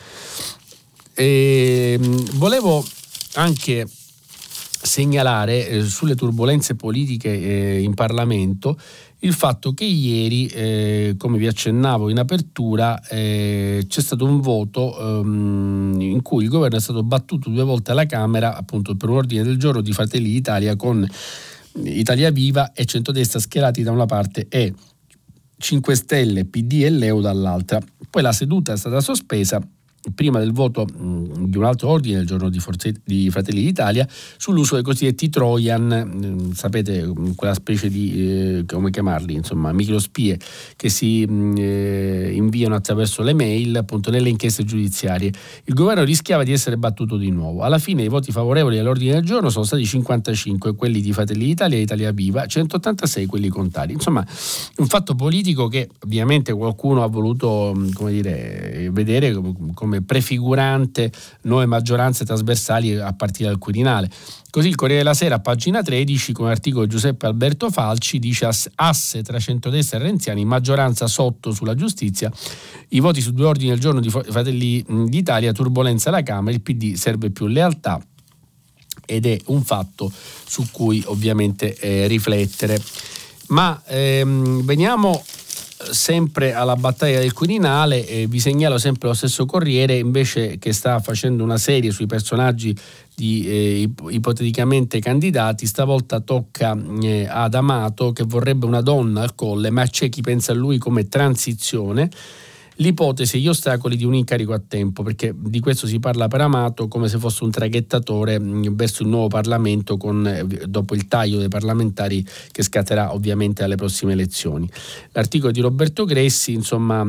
Volevo anche segnalare sulle turbulenze politiche in Parlamento il fatto che ieri, come vi accennavo in apertura, c'è stato un voto in cui il governo è stato battuto 2 volte alla Camera, appunto per un ordine del giorno di Fratelli d'Italia, con Italia Viva e centrodestra schierati da una parte e 5 Stelle, PD e Leu dall'altra. Poi la seduta è stata sospesa prima del voto di un altro ordine del giorno di Fratelli d'Italia sull'uso dei cosiddetti Trojan, sapete, quella specie di come chiamarli, insomma microspie che si inviano attraverso le mail, appunto, nelle inchieste giudiziarie. Il governo rischiava di essere battuto di nuovo. Alla fine i voti favorevoli all'ordine del giorno sono stati 55 quelli di Fratelli d'Italia e Italia Viva, 186 quelli contrari. Insomma, un fatto politico che ovviamente qualcuno ha voluto, come dire, vedere come prefigurante nuove maggioranze trasversali a partire dal Quirinale. Così il Corriere della Sera, a pagina 13, con l'articolo di Giuseppe Alberto Falci, dice: asse tra centrodestra e renziani, maggioranza sotto sulla giustizia, i voti su 2 ordini del giorno di Fratelli d'Italia, turbolenza alla Camera, il PD serve più lealtà, ed è un fatto su cui ovviamente riflettere. Ma veniamo sempre alla battaglia del Quirinale. Vi segnalo sempre lo stesso Corriere, invece, che sta facendo una serie sui personaggi di ipoteticamente candidati. Stavolta tocca ad Amato, che vorrebbe una donna al Colle, ma c'è chi pensa a lui come transizione. L'ipotesi e gli ostacoli di un incarico a tempo, perché di questo si parla per Amato come se fosse un traghettatore verso il nuovo Parlamento, dopo il taglio dei parlamentari che scatterà ovviamente alle prossime elezioni. L'articolo di Roberto Gressi, insomma,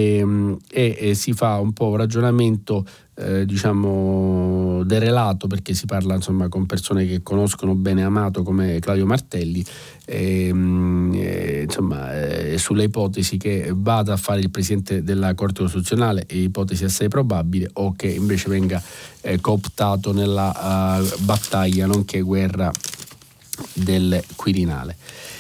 si fa un po' un ragionamento diciamo derelato, perché si parla insomma con persone che conoscono bene Amato come Claudio Martelli, sulle ipotesi che vada a fare il presidente della Corte Costituzionale, ipotesi assai probabile, o che invece venga cooptato nella battaglia nonché guerra del Quirinale.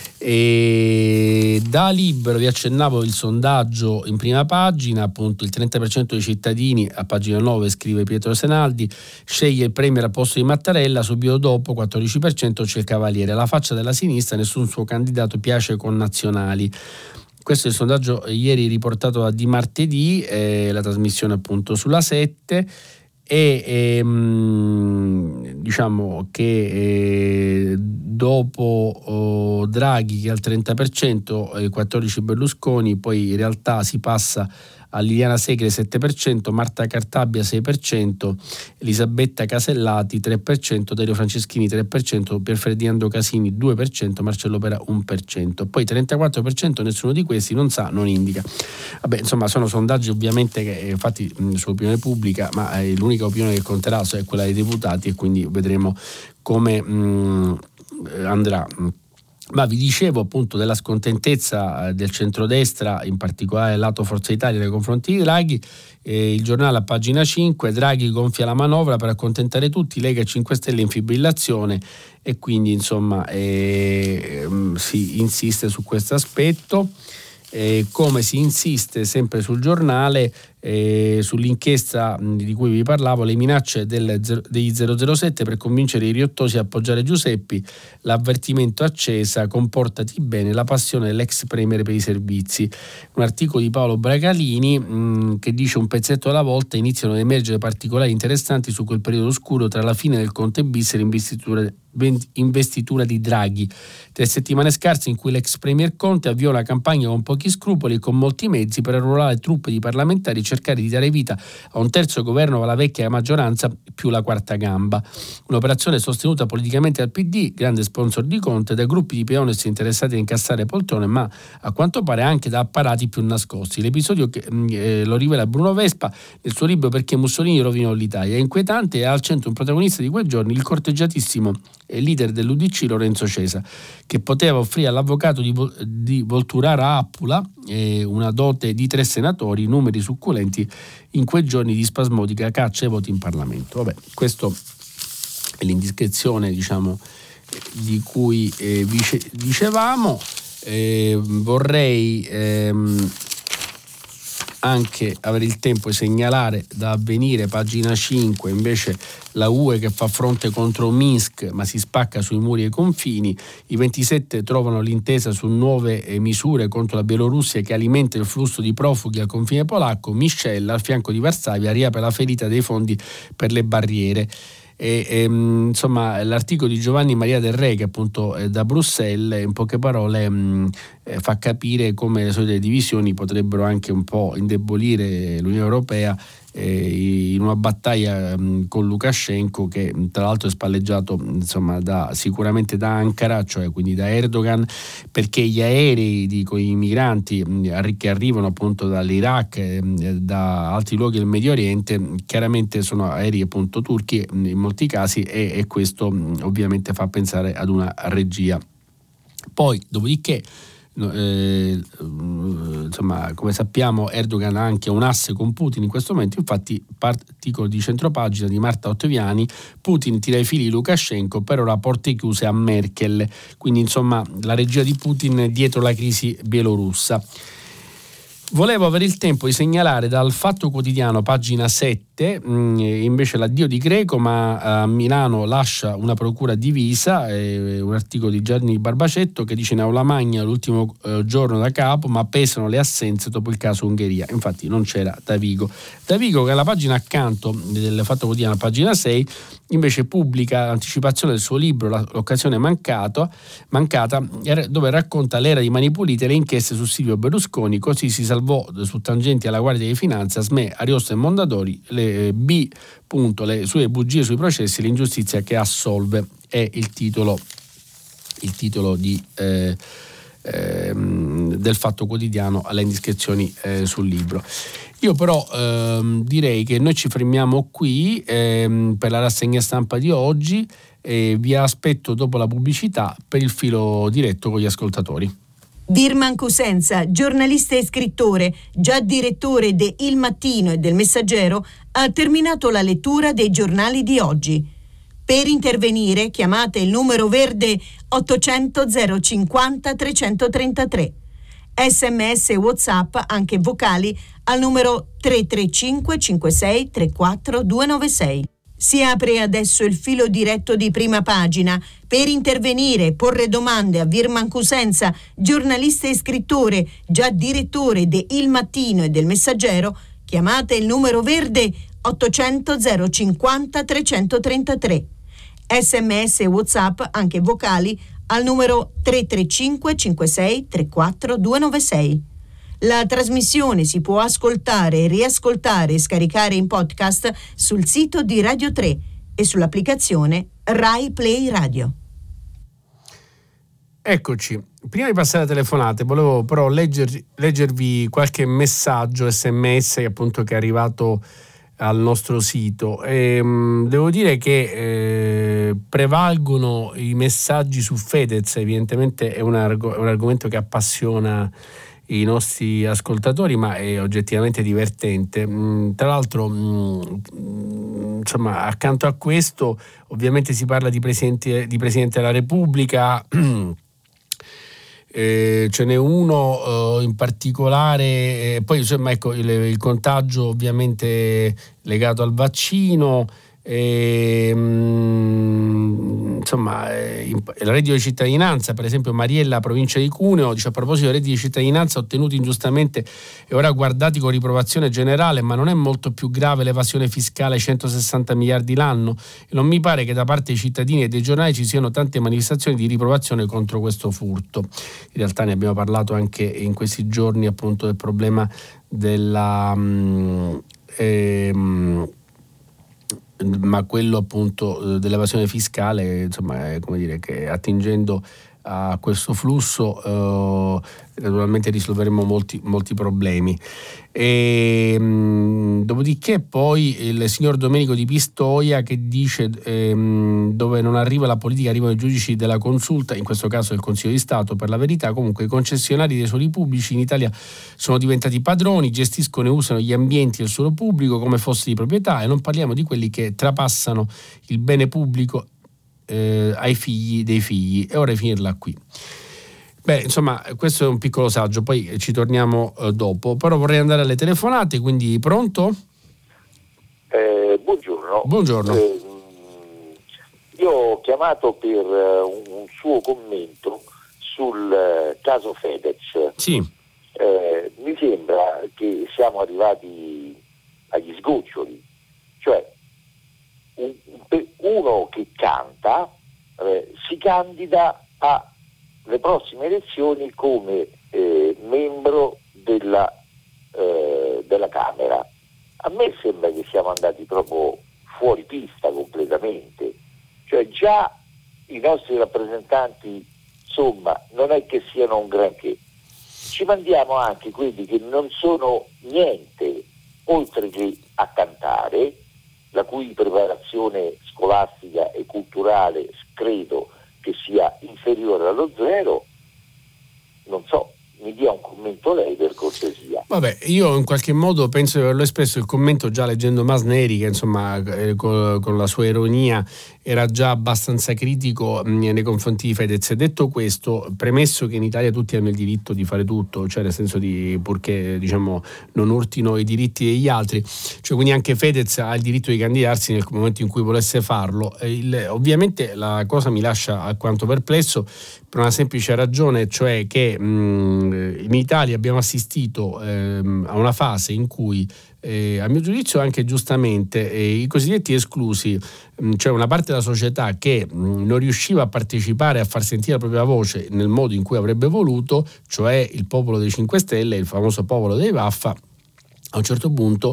E da Libero vi accennavo il sondaggio in prima pagina, appunto il 30% dei cittadini, a pagina 9 scrive Pietro Senaldi, sceglie il premier al posto di Mattarella, subito dopo 14% c'è il Cavaliere, alla faccia della sinistra nessun suo candidato piace con Nazionali. Questo è il sondaggio ieri riportato da Di Martedì, la trasmissione appunto sulla 7. E diciamo che dopo Draghi che al 30%, 14 Berlusconi, poi in realtà si passa a Liliana Segre 7%, Marta Cartabia 6%, Elisabetta Casellati 3%, Dario Franceschini 3%, Pierferdinando Casini 2%, Marcello Pera 1%, poi 34% nessuno di questi non sa, non indica. Vabbè, insomma, sono sondaggi ovviamente che fatti sull'opinione pubblica, ma l'unica opinione che conterà è quella dei deputati, e quindi vedremo come andrà. Ma vi dicevo appunto della scontentezza del centrodestra, in particolare lato Forza Italia nei confronti di Draghi. Il giornale a pagina 5, Draghi gonfia la manovra per accontentare tutti, Lega e 5 Stelle in fibrillazione, e quindi insomma si insiste su questo aspetto. Come si insiste sempre sul giornale sull'inchiesta di cui vi parlavo, le minacce degli 007 per convincere i riottosi a appoggiare Giuseppi, l'avvertimento accesa, comportati bene, la passione dell'ex premier per i servizi. Un articolo di Paolo Bragalini che dice: un pezzetto alla volta iniziano ad emergere particolari interessanti su quel periodo oscuro tra la fine del Conte bis e l'investitura di Draghi. 3 settimane scarse in cui l'ex premier Conte avviò una campagna con pochi scrupoli e con molti mezzi per arruolare truppe di parlamentari e cercare di dare vita a un terzo governo alla vecchia maggioranza più la quarta gamba. Un'operazione sostenuta politicamente dal PD, grande sponsor di Conte, da gruppi di peones interessati a incassare poltrone, ma a quanto pare anche da apparati più nascosti. L'episodio lo rivela Bruno Vespa nel suo libro Perché Mussolini rovinò l'Italia. È inquietante e ha al centro un protagonista di quei giorni, il corteggiatissimo leader dell'UDC Lorenzo Cesa, che poteva offrire all'avvocato di Volturara Appula una dote di 3 senatori, numeri succulenti in quei giorni di spasmodica caccia ai voti in Parlamento. Vabbè, questo è l'indiscrezione, diciamo, di cui dicevamo. Vorrei anche avere il tempo di segnalare da Avvenire, pagina 5, invece la UE che fa fronte contro Minsk ma si spacca sui muri e i confini. I 27 trovano l'intesa su nuove misure contro la Bielorussia che alimenta il flusso di profughi al confine polacco. Michel al fianco di Varsavia riapre la ferita dei fondi per le barriere. Insomma, l'articolo di Giovanni Maria Del Re, che appunto è da Bruxelles, in poche parole fa capire come le solite divisioni potrebbero anche un po' indebolire l'Unione Europea in una battaglia con Lukashenko, che tra l'altro è spalleggiato sicuramente da Ankara, cioè quindi da Erdogan, perché gli aerei con i migranti che arrivano appunto dall'Iraq, da altri luoghi del Medio Oriente, chiaramente sono aerei appunto turchi in molti casi, e questo ovviamente fa pensare ad una regia. Poi dopodiché come sappiamo, Erdogan ha anche un asse con Putin in questo momento. Infatti, articolo di centropagina di Marta Ottaviani: Putin tira i fili di Lukashenko, per ora porte chiuse a Merkel. Quindi insomma la regia di Putin dietro la crisi bielorussa. Volevo avere il tempo di segnalare dal Fatto Quotidiano, pagina 7, invece l'addio di Greco, ma a Milano lascia una procura divisa, un articolo di Gianni Barbacetto che dice: in Aula Magna l'ultimo giorno da capo, ma pesano le assenze dopo il caso Ungheria. Infatti non c'era Davigo, che alla pagina accanto del Fatto Quotidiano, pagina 6, invece pubblica l'anticipazione del suo libro L'occasione mancata, dove racconta l'era di Mani Pulite e le inchieste su Silvio Berlusconi. Così si salvò su tangenti alla Guardia di Finanza, SME, Ariosto e Mondadori, le sue bugie sui processi, l'ingiustizia che assolve, è il titolo del Fatto Quotidiano alle indiscrezioni sul libro. Io però direi che noi ci fermiamo qui per la rassegna stampa di oggi, e vi aspetto dopo la pubblicità per il filo diretto con gli ascoltatori. Virman Cosenza, giornalista e scrittore, già direttore de Il Mattino e del Messaggero, ha terminato la lettura dei giornali di oggi. Per intervenire chiamate il numero verde 800 050 333. SMS e WhatsApp, anche vocali, al numero 335 56 34 296. Si apre adesso il filo diretto di Prima Pagina. Per intervenire e porre domande a Virman Cosenza, giornalista e scrittore, già direttore de Il Mattino e del Messaggero, chiamate il numero verde 800 050 333. SMS e WhatsApp, anche vocali, al numero 335 56 34 296. La trasmissione si può ascoltare, riascoltare e scaricare in podcast sul sito di Radio 3 e sull'applicazione Rai Play Radio. Eccoci, prima di passare alle telefonate volevo però leggervi qualche messaggio SMS che è arrivato al nostro sito. Devo dire che prevalgono i messaggi su Fedez. Evidentemente è un argomento che appassiona i nostri ascoltatori, ma è oggettivamente divertente. Tra l'altro, accanto a questo ovviamente si parla di Presidente della Repubblica, ce n'è uno in particolare, poi insomma ecco il contagio ovviamente legato al vaccino, insomma il reddito di cittadinanza, per esempio Mariella, provincia di Cuneo, dice a proposito del reddito di cittadinanza ottenuti ingiustamente e ora guardati con riprovazione generale, ma non è molto più grave l'evasione fiscale 160 miliardi l'anno? E non mi pare che da parte dei cittadini e dei giornali ci siano tante manifestazioni di riprovazione contro questo furto. In realtà ne abbiamo parlato anche in questi giorni, appunto, del problema della ma quello appunto dell'evasione fiscale, insomma, come dire, che attingendo a questo flusso naturalmente risolveremo molti problemi. Dopodiché poi il signor Domenico di Pistoia che dice dove non arriva la politica arrivano i giudici della consulta, in questo caso del Consiglio di Stato. Per la verità comunque i concessionari dei suoli pubblici in Italia sono diventati padroni, gestiscono e usano gli ambienti del suolo pubblico come fosse di proprietà, e non parliamo di quelli che trapassano il bene pubblico ai figli dei figli. È ora di finirla qui. Beh, insomma, questo è un piccolo saggio, poi ci torniamo dopo, però vorrei andare alle telefonate, quindi pronto? Buongiorno. Buongiorno. Io ho chiamato per un suo commento sul caso Fedez. Sì. Mi sembra che siamo arrivati agli sgoccioli, cioè uno che canta si candida alle prossime elezioni come membro della Camera. A me sembra che siamo andati proprio fuori pista completamente, cioè già i nostri rappresentanti insomma non è che siano un granché, ci mandiamo anche quelli che non sono niente oltre che a cantare, la cui preparazione scolastica e culturale credo che sia inferiore allo zero. Non so, mi dia un commento lei per cortesia. Vabbè, io in qualche modo penso di averlo espresso il commento già leggendo Masneri, che insomma con la sua ironia era già abbastanza critico nei confronti di Fedez. Detto questo, premesso che in Italia tutti hanno il diritto di fare tutto, cioè nel senso di purché diciamo non urtino i diritti degli altri, cioè quindi anche Fedez ha il diritto di candidarsi nel momento in cui volesse farlo. Ovviamente la cosa mi lascia alquanto perplesso per una semplice ragione, cioè che in Italia abbiamo assistito a una fase in cui a mio giudizio anche giustamente i cosiddetti esclusi, cioè una parte della società che non riusciva a partecipare, a far sentire la propria voce nel modo in cui avrebbe voluto, cioè il popolo dei 5 Stelle, il famoso popolo dei Vaffa, a un certo punto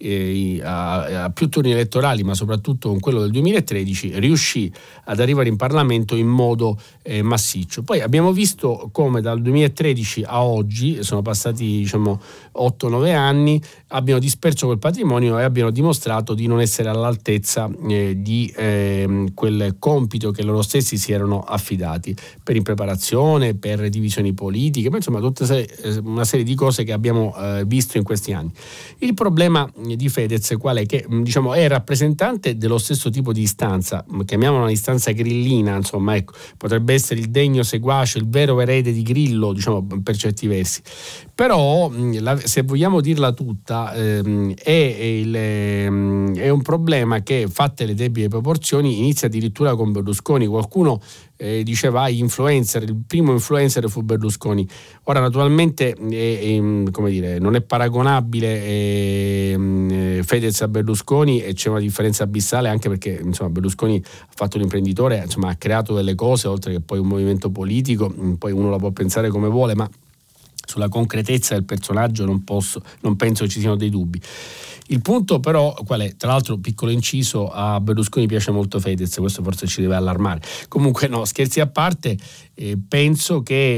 a più turni elettorali, ma soprattutto con quello del 2013, riuscì ad arrivare in Parlamento in modo massiccio. Poi abbiamo visto come dal 2013 a oggi, sono passati 8-9 anni, abbiano disperso quel patrimonio e abbiano dimostrato di non essere all'altezza di quel compito che loro stessi si erano affidati, per impreparazione, per divisioni politiche, ma insomma tutta una serie di cose che abbiamo visto in questi anni. Il problema di Fedez qual è? Che è rappresentante dello stesso tipo di istanza, chiamiamola una istanza grillina, insomma, ecco, potrebbe essere il degno seguace, il vero erede di Grillo, per certi versi. Però se vogliamo dirla tutta è un problema che, fatte le debite proporzioni, inizia addirittura con Berlusconi. Qualcuno diceva influencer, il primo influencer fu Berlusconi. Ora naturalmente non è paragonabile Fedez a Berlusconi, e c'è una differenza abissale, anche perché Berlusconi ha fatto l'imprenditore, ha creato delle cose, oltre che poi un movimento politico, poi uno la può pensare come vuole, ma sulla concretezza del personaggio non penso ci siano dei dubbi. Il punto però qual è? Tra l'altro, piccolo inciso, a Berlusconi piace molto Fedez, questo forse ci deve allarmare. Comunque no, scherzi a parte, penso che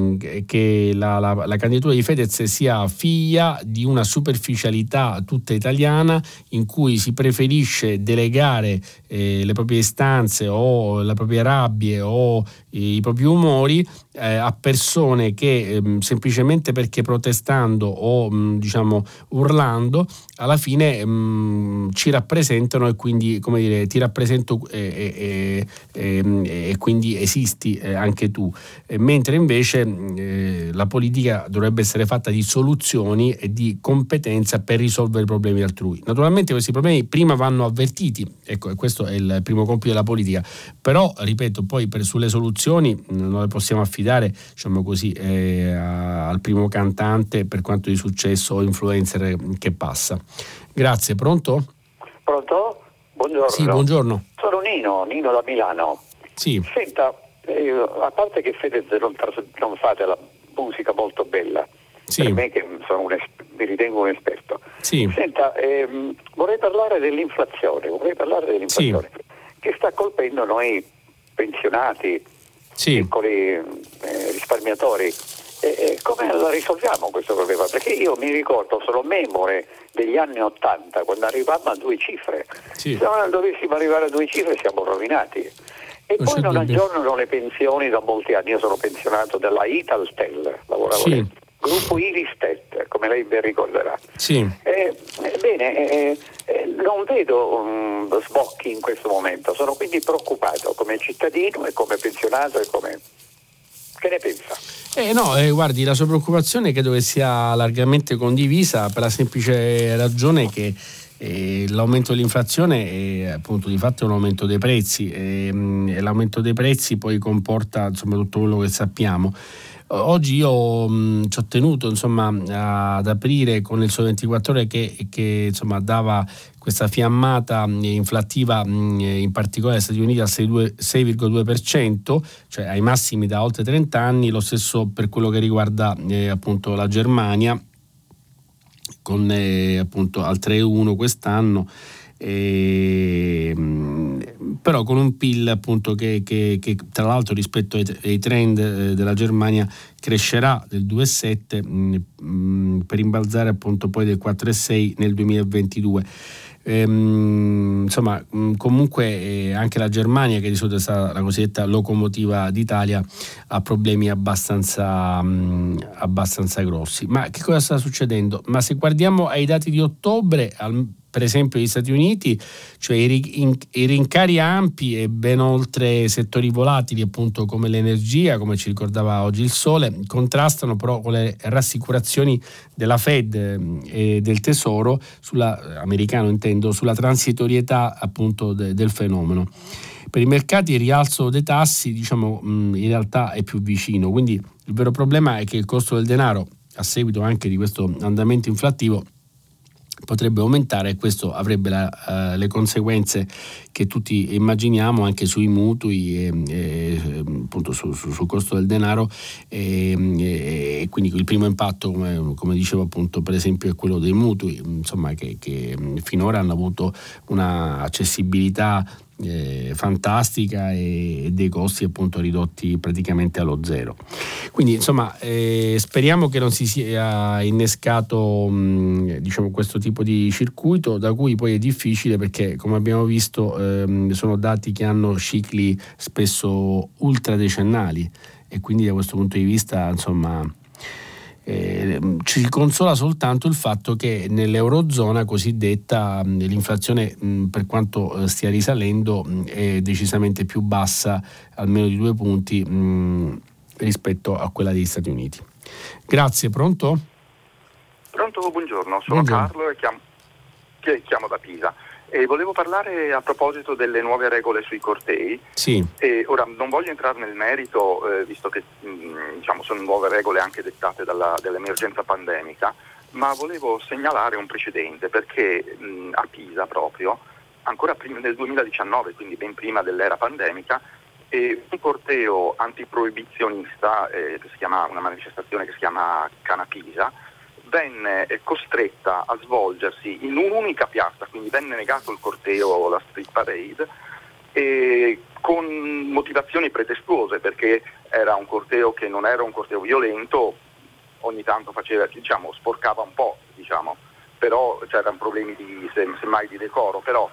la candidatura di Fedez sia figlia di una superficialità tutta italiana, in cui si preferisce delegare le proprie istanze o le proprie rabbie o i propri umori a persone che semplicemente semplicemente perché protestando o diciamo urlando alla fine ci rappresentano, e quindi, come dire, ti rappresento e quindi esisti anche tu, mentre invece la politica dovrebbe essere fatta di soluzioni e di competenza per risolvere i problemi altrui. Naturalmente questi problemi prima vanno avvertiti, ecco, e questo è il primo compito della politica, però ripeto, poi sulle soluzioni non le possiamo affidare, diciamo così, al primo cantante per quanto di successo o influencer che passa. Grazie. Pronto? Pronto? Buongiorno. Sì, buongiorno. Sono Nino da Milano. Sì. Senta, a parte che Fedez non fate la musica molto bella, sì, per me che mi ritengo un esperto. Sì. Senta, vorrei parlare dell'inflazione, sì, che sta colpendo noi pensionati, sì, piccoli risparmiatori. Come la risolviamo questo problema? Perché io mi ricordo, sono memore degli anni '80, quando arrivavamo a 2 cifre. sì. Se non dovessimo arrivare a 2 cifre siamo rovinati. E Non poi c'è non dubbio. aggiornano le pensioni da molti anni. Io sono pensionato della Italtel, lavoravo Sì. nel gruppo Iristet, come lei ben ricorderà. Sì. Non vedo sbocchi in questo momento, sono quindi preoccupato come cittadino e come pensionato e come... Che ne pensa? Guardi, la sua preoccupazione credo che sia largamente condivisa, per la semplice ragione che l'aumento dell'inflazione è appunto di fatto un aumento dei prezzi, e l'aumento dei prezzi poi comporta insomma tutto quello che sappiamo. Oggi io ci ho tenuto insomma ad aprire con il Sole 24 Ore che insomma dava questa fiammata inflattiva in particolare negli Stati Uniti al 6,2%, cioè ai massimi da oltre 30 anni, lo stesso per quello che riguarda appunto la Germania con appunto al 3,1 quest'anno, però con un PIL appunto che tra l'altro rispetto ai trend della Germania crescerà del 2,7 per rimbalzare appunto poi del 4,6 nel 2022. Insomma, comunque anche la Germania, che di solito è stata la cosiddetta locomotiva d'Italia, ha problemi abbastanza grossi. Ma che cosa sta succedendo? Ma se guardiamo ai dati di ottobre, per esempio negli Stati Uniti, cioè i rincari ampi e ben oltre settori volatili appunto come l'energia, come ci ricordava oggi il Sole, contrastano però con le rassicurazioni della Fed e del Tesoro, americano intendo, sulla transitorietà appunto del fenomeno. Per i mercati il rialzo dei tassi diciamo in realtà è più vicino, quindi il vero problema è che il costo del denaro, a seguito anche di questo andamento inflattivo, potrebbe aumentare, e questo avrebbe le conseguenze che tutti immaginiamo anche sui mutui e appunto sul costo del denaro, e quindi il primo impatto, come dicevo appunto, per esempio è quello dei mutui, insomma che finora hanno avuto una accessibilità fantastica e dei costi appunto ridotti praticamente allo zero. Quindi insomma speriamo che non si sia innescato diciamo questo tipo di circuito, da cui poi è difficile, perché come abbiamo visto sono dati che hanno cicli spesso ultradecennali, e quindi da questo punto di vista insomma ci consola soltanto il fatto che nell'eurozona cosiddetta l'inflazione, per quanto stia risalendo, è decisamente più bassa, almeno di 2 punti rispetto a quella degli Stati Uniti. Grazie. Pronto? Pronto, buongiorno, sono Carlo e chiamo da Pisa. E volevo parlare a proposito delle nuove regole sui cortei. Sì. E ora non voglio entrare nel merito, visto che diciamo sono nuove regole anche dettate dall'emergenza pandemica, ma volevo segnalare un precedente, perché a Pisa proprio, ancora prima del 2019, quindi ben prima dell'era pandemica, un corteo antiproibizionista, che si chiama, una manifestazione che si chiama Cana Pisa, venne costretta a svolgersi in un'unica piazza, quindi venne negato il corteo, la street parade, con motivazioni pretestuose, perché era un corteo che non era un corteo violento, ogni tanto sporcava un po', però c'erano problemi semmai di decoro, però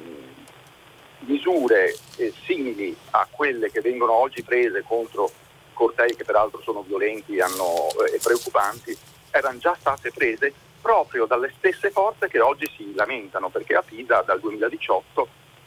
misure simili a quelle che vengono oggi prese contro cortei che peraltro sono violenti e preoccupanti, erano già state prese proprio dalle stesse forze che oggi si lamentano, perché a Pisa dal 2018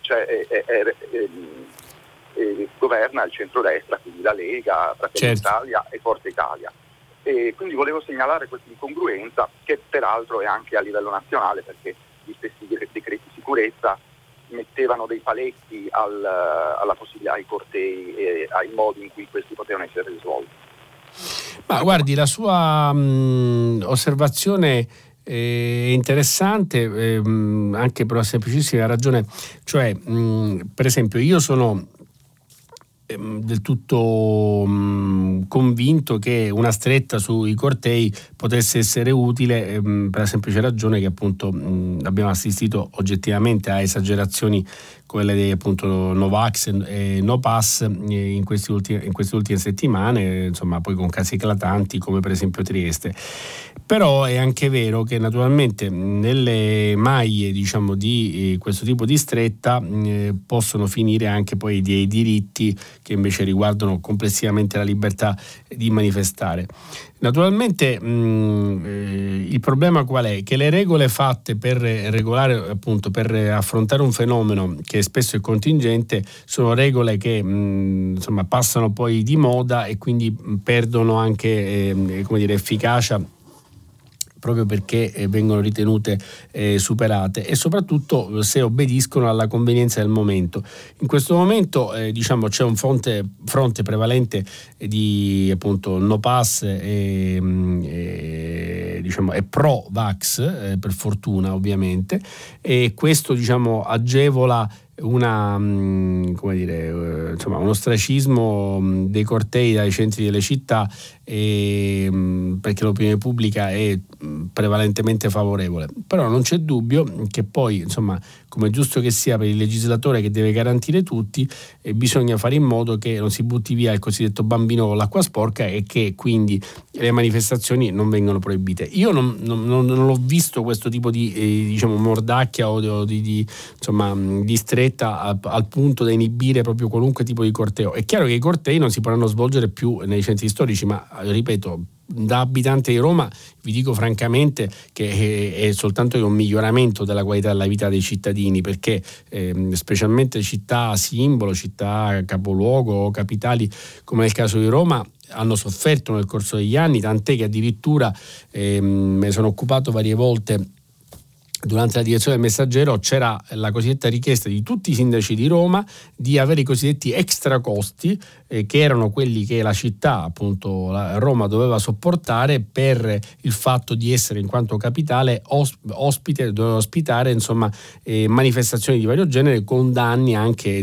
governa il centrodestra, quindi la Lega, Fratelli d'Italia e Forza Italia. E quindi volevo segnalare questa incongruenza, che peraltro è anche a livello nazionale, perché gli stessi decreti sicurezza mettevano dei paletti alla possibilità, ai cortei e ai modi in cui questi potevano essere svolti. Ma guardi, la sua osservazione è interessante, anche per una semplicissima ragione, cioè per esempio io sono del tutto convinto che una stretta sui cortei potesse essere utile, per la semplice ragione che appunto abbiamo assistito oggettivamente a esagerazioni quelle dei appunto Novax e No Pass in queste ultime settimane, insomma, poi con casi eclatanti come per esempio Trieste. Però è anche vero che naturalmente nelle maglie, diciamo, di questo tipo di stretta possono finire anche poi dei diritti che invece riguardano complessivamente la libertà di manifestare. Naturalmente il problema qual è? Che le regole fatte per regolare, appunto, per affrontare un fenomeno che spesso è contingente, sono regole che insomma passano poi di moda e quindi perdono anche efficacia, proprio perché vengono ritenute superate, e soprattutto se obbediscono alla convenienza del momento. In questo momento c'è un fronte prevalente di appunto no pass e pro vax, per fortuna ovviamente, e questo agevola uno ostracismo dei cortei dai centri delle città, perché l'opinione pubblica è prevalentemente favorevole. Però non c'è dubbio che poi, come è giusto che sia per il legislatore che deve garantire tutti, bisogna fare in modo che non si butti via il cosiddetto bambino con l'acqua sporca e che quindi le manifestazioni non vengano proibite. Io non ho visto questo tipo di mordacchia o di stretta al punto da inibire proprio qualunque tipo di corteo. È chiaro che i cortei non si potranno svolgere più nei centri storici, ma ripeto, da abitante di Roma vi dico francamente che è soltanto un miglioramento della qualità della vita dei cittadini, perché specialmente città simbolo, città capoluogo o capitali come nel caso di Roma hanno sofferto nel corso degli anni, tant'è che addirittura me ne sono occupato varie volte. Durante la direzione del Messaggero c'era la cosiddetta richiesta di tutti i sindaci di Roma di avere i cosiddetti extra costi, che erano quelli che la città, appunto Roma, doveva sopportare per il fatto di essere in quanto capitale ospite, doveva ospitare manifestazioni di vario genere con danni anche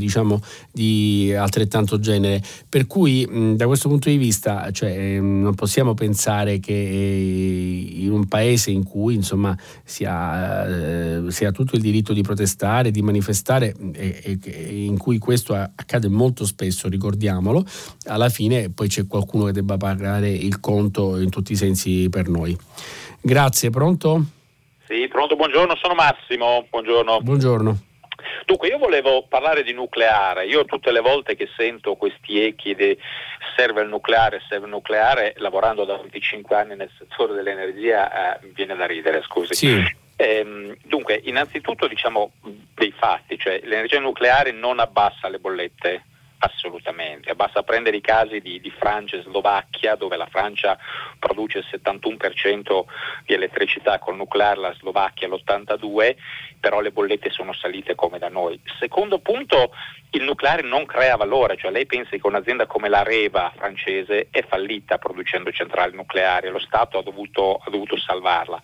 di altrettanto genere. Per cui da questo punto di vista non possiamo pensare che in un paese in cui si ha tutto il diritto di protestare, di manifestare, e in cui questo accade molto spesso, ricordiamolo, alla fine poi c'è qualcuno che debba pagare il conto in tutti i sensi per noi. Grazie. Pronto? Sì, pronto, buongiorno, sono Massimo. Buongiorno. Dunque, io volevo parlare di nucleare. Io tutte le volte che sento questi echi di serve il nucleare, lavorando da 25 anni nel settore dell'energia, mi viene da ridere, scusi. Sì. Dunque, innanzitutto dei fatti, l'energia nucleare non abbassa le bollette, assolutamente. Basta prendere i casi di Francia e Slovacchia, dove la Francia produce il 71% di elettricità col nucleare, la Slovacchia l'82%, però le bollette sono salite come da noi. Secondo punto, il nucleare non crea valore, lei pensa che un'azienda come l'Areva francese è fallita producendo centrali nucleari, lo Stato ha dovuto salvarla.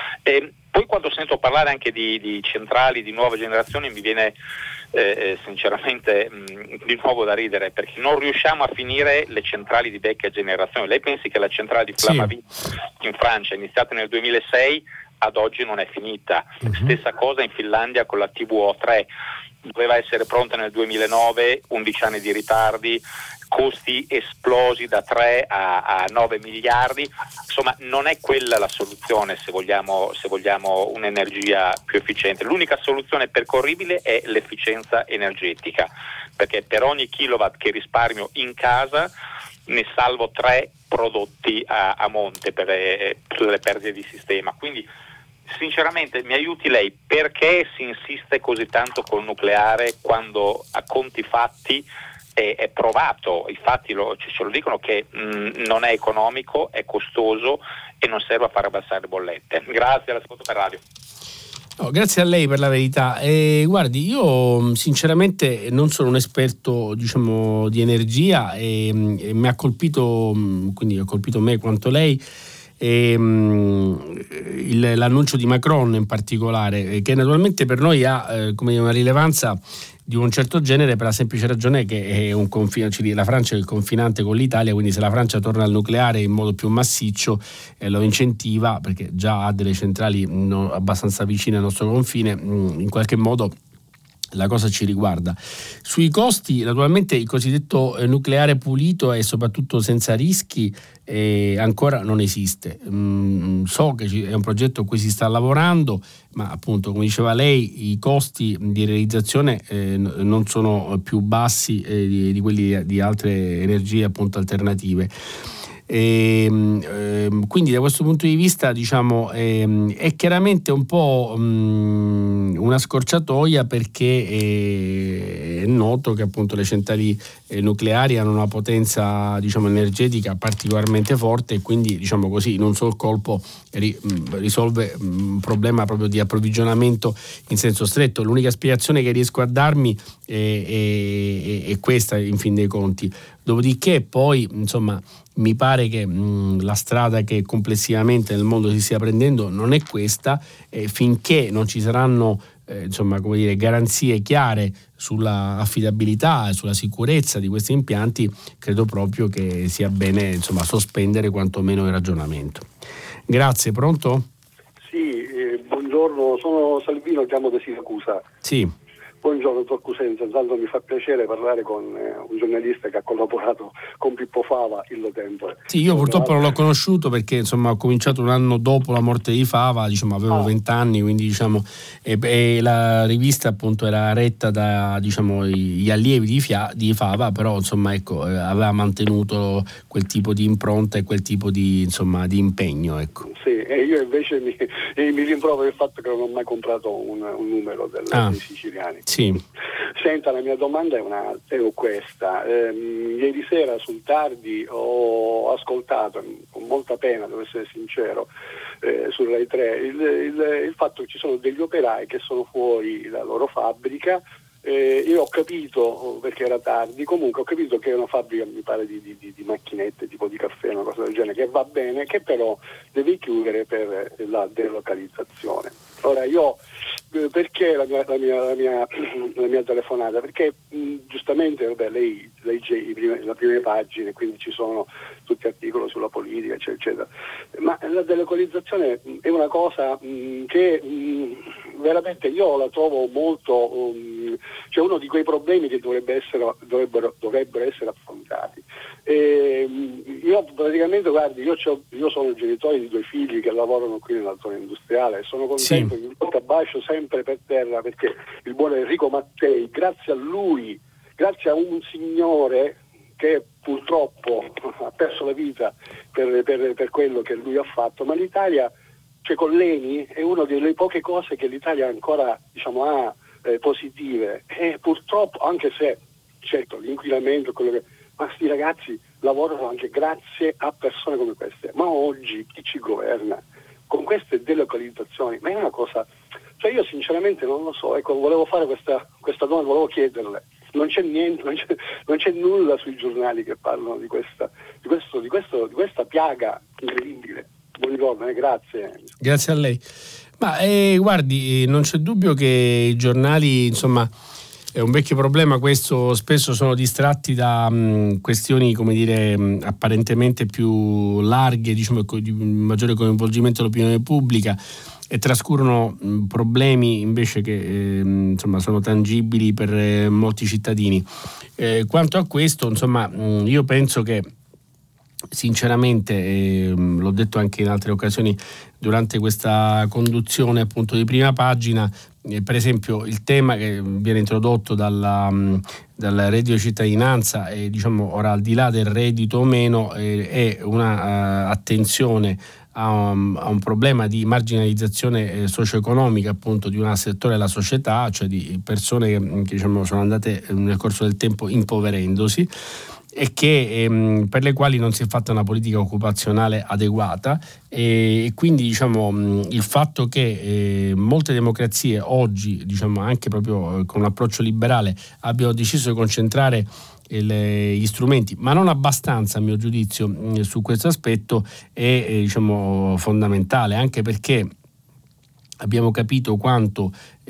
Poi quando sento parlare anche di centrali di nuova generazione mi viene sinceramente di nuovo da ridere, perché non riusciamo a finire le centrali di vecchia generazione. Lei pensi che la centrale di Flamanville in Francia, iniziata nel 2006, ad oggi non è finita. Stessa cosa in Finlandia con la TVO3, doveva essere pronta nel 2009, 11 anni di ritardi, costi esplosi da 3 a 9 miliardi. Insomma, non è quella la soluzione se vogliamo un'energia più efficiente. L'unica soluzione percorribile è l'efficienza energetica, perché per ogni kilowatt che risparmio in casa ne salvo 3 prodotti a monte per tutte le perdite di sistema. Quindi sinceramente mi aiuti lei, perché si insiste così tanto col nucleare quando a conti fatti è provato, i fatti ce lo dicono che non è economico, è costoso e non serve a far abbassare le bollette. Grazie, l'ascolto per radio. No, grazie a lei per la verità. Guardi, io sinceramente non sono un esperto, diciamo, di energia e mi ha colpito, quindi ha colpito me quanto lei, l'annuncio di Macron in particolare, che naturalmente per noi ha come una rilevanza di un certo genere, per la semplice ragione che è la Francia è il confinante con l'Italia, quindi se la Francia torna al nucleare in modo più massiccio lo incentiva, perché già ha delle centrali abbastanza vicine al nostro confine, in qualche modo la cosa ci riguarda. Sui costi, naturalmente il cosiddetto nucleare pulito e soprattutto senza rischi ancora non esiste. So che è un progetto a cui si sta lavorando, ma appunto, come diceva lei, i costi di realizzazione non sono più bassi di quelli di altre energie appunto alternative. Quindi da questo punto di vista, diciamo, è chiaramente un po' una scorciatoia, perché è noto che appunto le centrali nucleari hanno una potenza, diciamo, energetica particolarmente forte, e quindi, diciamo così, in un sol colpo risolve un problema proprio di approvvigionamento in senso stretto. L'unica spiegazione che riesco a darmi è questa, in fin dei conti. Dopodiché poi, insomma, mi pare che la strada che complessivamente nel mondo si stia prendendo non è questa, finché non ci saranno insomma, come dire, garanzie chiare sulla affidabilità e sulla sicurezza di questi impianti, credo proprio che sia bene, insomma, sospendere quantomeno il ragionamento. Grazie. Pronto? Sì, buongiorno, sono Salvino, chiamo da Siracusa. Sì. Buongiorno, dottor Cusenza, intanto mi fa piacere parlare con un giornalista che ha collaborato con Pippo Fava illo tempore. Sì, io purtroppo non l'ho conosciuto, perché insomma ho cominciato un anno dopo la morte di Fava, diciamo avevo 20 anni, quindi diciamo e la rivista appunto era retta da, diciamo, gli allievi di Fava, però insomma ecco, aveva mantenuto quel tipo di impronta e quel tipo di, insomma, di impegno, ecco. Sì, e io invece mi rimprovero il fatto che non ho mai comprato un numero dei siciliani. Sì. Senta, la mia domanda è questa. Ieri sera sul tardi ho ascoltato con molta pena, devo essere sincero, su Rai 3 il fatto che ci sono degli operai che sono fuori la loro fabbrica. Io ho capito, perché era tardi, comunque ho capito che è una fabbrica, mi pare, di macchinette, tipo di caffè, una cosa del genere, che va bene, che però deve chiudere per la delocalizzazione. Ora io, perché la mia telefonata? Perché giustamente, vabbè, lei legge le prime pagine, quindi ci sono tutti articoli sulla politica, eccetera, eccetera. Ma la delocalizzazione è una cosa che veramente io la trovo molto, cioè uno di quei problemi che dovrebbero essere affrontati. Io praticamente, guardi, io sono il genitore di 2 figli che lavorano qui nella zona industriale e sono contento, sì. Ogni volta bacio sempre per terra, perché il buon Enrico Mattei, grazie a lui, grazie a un signore che purtroppo ha perso la vita per quello che lui ha fatto, ma l'Italia, cioè con l'ENI, è una delle poche cose che l'Italia ancora, diciamo, ha positive, e purtroppo, anche se certo l'inquinamento, quello che, ma sti ragazzi lavorano anche grazie a persone come queste. Ma oggi chi ci governa con queste delocalizzazioni, ma è una cosa, cioè io sinceramente non lo so, ecco, volevo fare questa domanda, volevo chiederle. Non c'è niente, non c'è nulla sui giornali che parlano di questa piaga incredibile. Buongiorno, grazie. Grazie a lei. Ma guardi, non c'è dubbio che i giornali, insomma, è un vecchio problema questo, spesso sono distratti da questioni, come dire, apparentemente più larghe, diciamo, di maggiore coinvolgimento dell'opinione pubblica, e trascurano problemi invece che insomma sono tangibili per molti cittadini. Quanto a questo, insomma, io penso che sinceramente, l'ho detto anche in altre occasioni durante questa conduzione appunto di Prima Pagina, per esempio il tema che viene introdotto dal reddito di cittadinanza, diciamo ora al di là del reddito o meno, è una attenzione a un problema di marginalizzazione socio-economica appunto di un settore della società, cioè di persone che diciamo sono andate nel corso del tempo impoverendosi e che per le quali non si è fatta una politica occupazionale adeguata, e quindi diciamo il fatto che molte democrazie oggi, diciamo anche proprio con un approccio liberale, abbiano deciso di concentrare gli strumenti, ma non abbastanza a mio giudizio su questo aspetto, è diciamo fondamentale, anche perché abbiamo capito quanto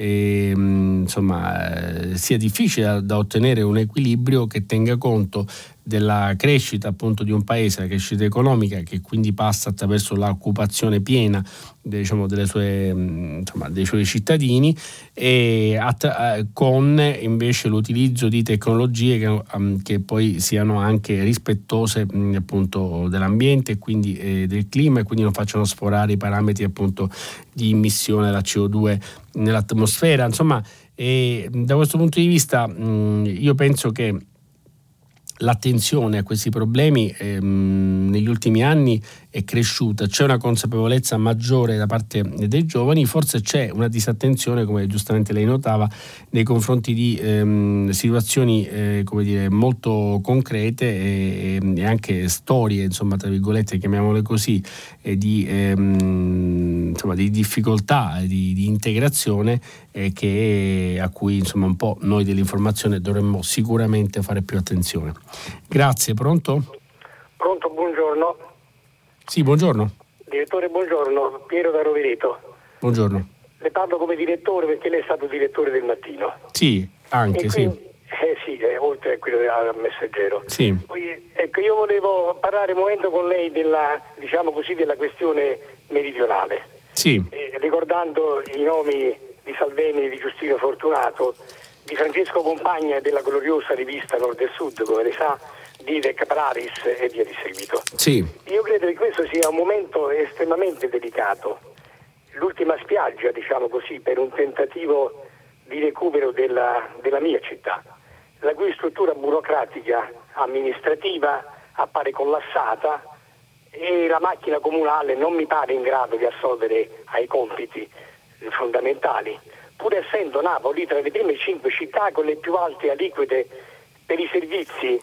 sia difficile da ottenere un equilibrio che tenga conto della crescita appunto di un paese, la crescita economica, che quindi passa attraverso l'occupazione piena diciamo dei suoi cittadini, e con invece l'utilizzo di tecnologie che poi siano anche rispettose appunto dell'ambiente e quindi del clima, e quindi non facciano sforare i parametri appunto di imissione della CO2 nell'atmosfera. Insomma, da questo punto di vista io penso che l'attenzione a questi problemi negli ultimi anni è cresciuta, c'è una consapevolezza maggiore da parte dei giovani, forse c'è una disattenzione, come giustamente lei notava, nei confronti di situazioni come dire molto concrete e anche storie, insomma tra virgolette chiamiamole così, di difficoltà di integrazione a cui insomma un po' noi dell'informazione dovremmo sicuramente fare più attenzione. Grazie. Pronto, buongiorno. Sì, buongiorno. Direttore, buongiorno. Piero da Rovereto. Buongiorno. Le parlo come direttore perché lei è stato direttore del Mattino. Sì, anche, quindi, sì. Oltre a quello del Messaggero. Sì. Poi, ecco, io volevo parlare un momento con lei della questione meridionale. Sì. Ricordando i nomi di Salvini, di Giustino Fortunato, di Francesco Compagna e della gloriosa rivista Nord e Sud, come lei sa, di De Capraris e via di seguito. Sì. Io credo che questo sia un momento estremamente delicato, l'ultima spiaggia, diciamo così, per un tentativo di recupero della mia città, la cui struttura burocratica amministrativa appare collassata e la macchina comunale non mi pare in grado di assolvere ai compiti fondamentali, pur essendo Napoli tra le prime 5 città con le più alte aliquote per i servizi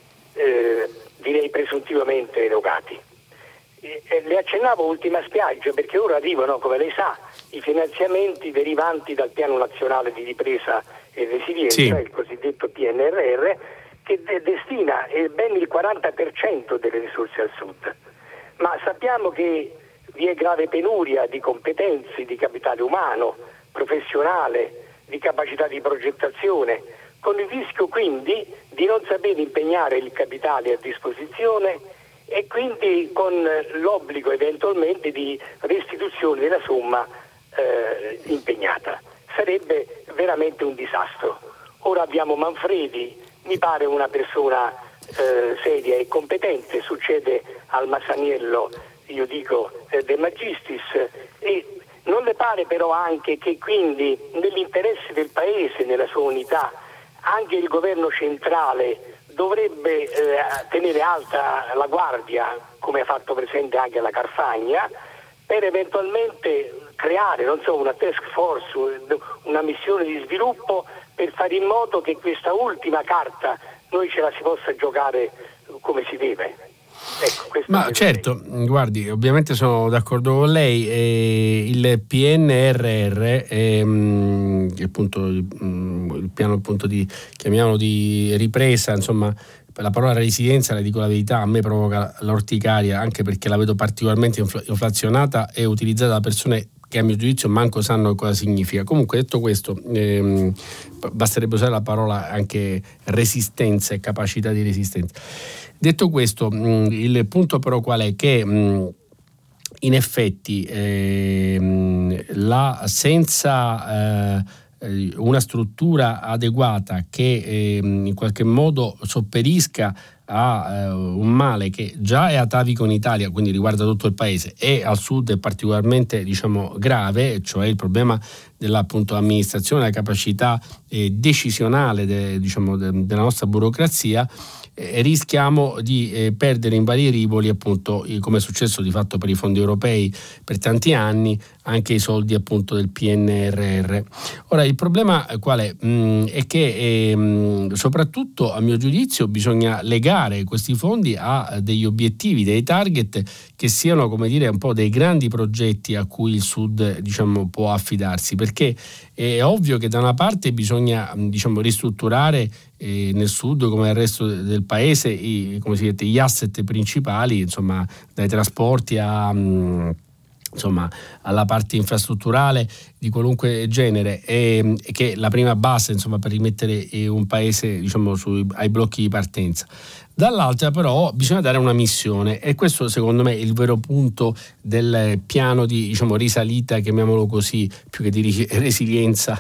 direi presuntivamente erogati. Le accennavo ultima spiaggia perché ora arrivano, come lei sa, i finanziamenti derivanti dal Piano Nazionale di Ripresa e Resilienza, sì, il cosiddetto PNRR, che destina ben il 40% delle risorse al sud. Ma sappiamo che vi è grave penuria di competenze, di capitale umano, professionale, di capacità di progettazione, con il rischio quindi di non saper impegnare il capitale a disposizione e quindi con l'obbligo eventualmente di restituzione della somma impegnata. Sarebbe veramente un disastro. Ora abbiamo Manfredi, mi pare una persona seria e competente, succede al Masaniello, io dico De Magistris, e non le pare però anche che quindi nell'interesse del Paese, nella sua unità, anche il governo centrale dovrebbe tenere alta la guardia, come ha fatto presente anche la Carfagna, per eventualmente creare, non so, una task force, una missione di sviluppo per fare in modo che questa ultima carta noi ce la si possa giocare come si deve. Ecco, ma certo, guardi, ovviamente sono d'accordo con lei. Il PNRR appunto il piano appunto chiamiamolo di ripresa, insomma, la parola resilienza, la dico la verità, a me provoca l'orticaria, anche perché la vedo particolarmente inflazionata e utilizzata da persone che a mio giudizio manco sanno cosa significa. Comunque, detto questo, basterebbe usare la parola anche resistenza e capacità di resistenza. Detto questo, il punto però qual è? Che in effetti senza una struttura adeguata che in qualche modo sopperisca a un male che già è atavico in Italia, quindi riguarda tutto il paese, e al sud è particolarmente grave, cioè il problema della appunto amministrazione, la capacità decisionale della nostra burocrazia. Rischiamo di perdere in vari rivoli, appunto, come è successo di fatto per i fondi europei per tanti anni, anche i soldi appunto del PNRR. Ora il problema qual è? È che soprattutto a mio giudizio bisogna legare questi fondi a degli obiettivi, dei target che siano, come dire, un po' dei grandi progetti a cui il Sud può affidarsi, perché è ovvio che da una parte bisogna ristrutturare nel Sud come nel resto del paese gli asset principali, dai trasporti alla parte infrastrutturale di qualunque genere, e che è la prima base per rimettere un paese ai blocchi di partenza. Dall'altra però bisogna dare una missione, e questo secondo me è il vero punto del piano di risalita, chiamiamolo così, più che di resilienza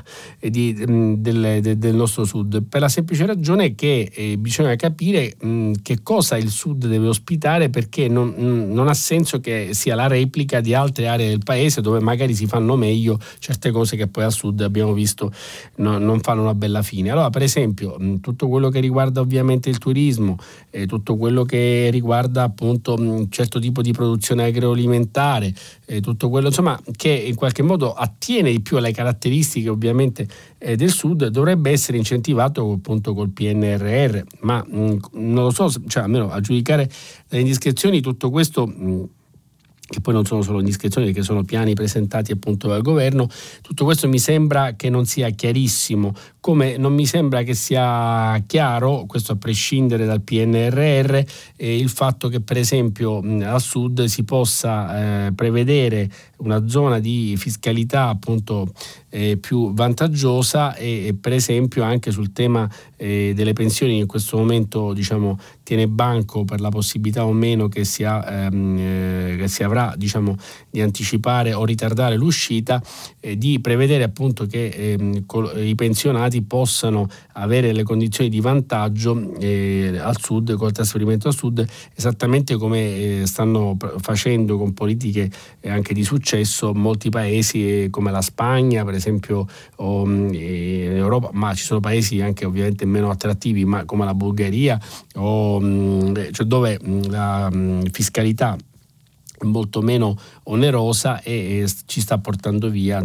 del nostro Sud, per la semplice ragione che bisogna capire che cosa il Sud deve ospitare, perché non ha senso che sia la replica di altre aree del paese dove magari si fanno meglio certe cose che poi al Sud abbiamo visto non fanno una bella fine. Allora, per esempio, tutto quello che riguarda ovviamente il turismo, tutto quello che riguarda appunto un certo tipo di produzione agroalimentare, tutto quello che in qualche modo attiene di più alle caratteristiche ovviamente del Sud, dovrebbe essere incentivato appunto col PNRR, ma non lo so, almeno a giudicare dalle indiscrezioni, tutto questo che poi non sono solo indiscrezioni, perché sono piani presentati appunto dal governo, tutto questo mi sembra che non sia chiarissimo, come non mi sembra che sia chiaro, questo a prescindere dal PNRR, il fatto che per esempio al Sud si possa prevedere una zona di fiscalità appunto più vantaggiosa, e per esempio anche sul tema delle pensioni, che in questo momento tiene banco per la possibilità o meno che si avrà di anticipare o ritardare l'uscita, di prevedere appunto che i pensionati possano avere le condizioni di vantaggio al Sud, col trasferimento al Sud, esattamente come stanno facendo con politiche anche di successo molti paesi come la Spagna per esempio, o in Europa, ma ci sono paesi anche ovviamente meno attrattivi, ma come la Bulgaria, dove la fiscalità molto meno onerosa e ci sta portando via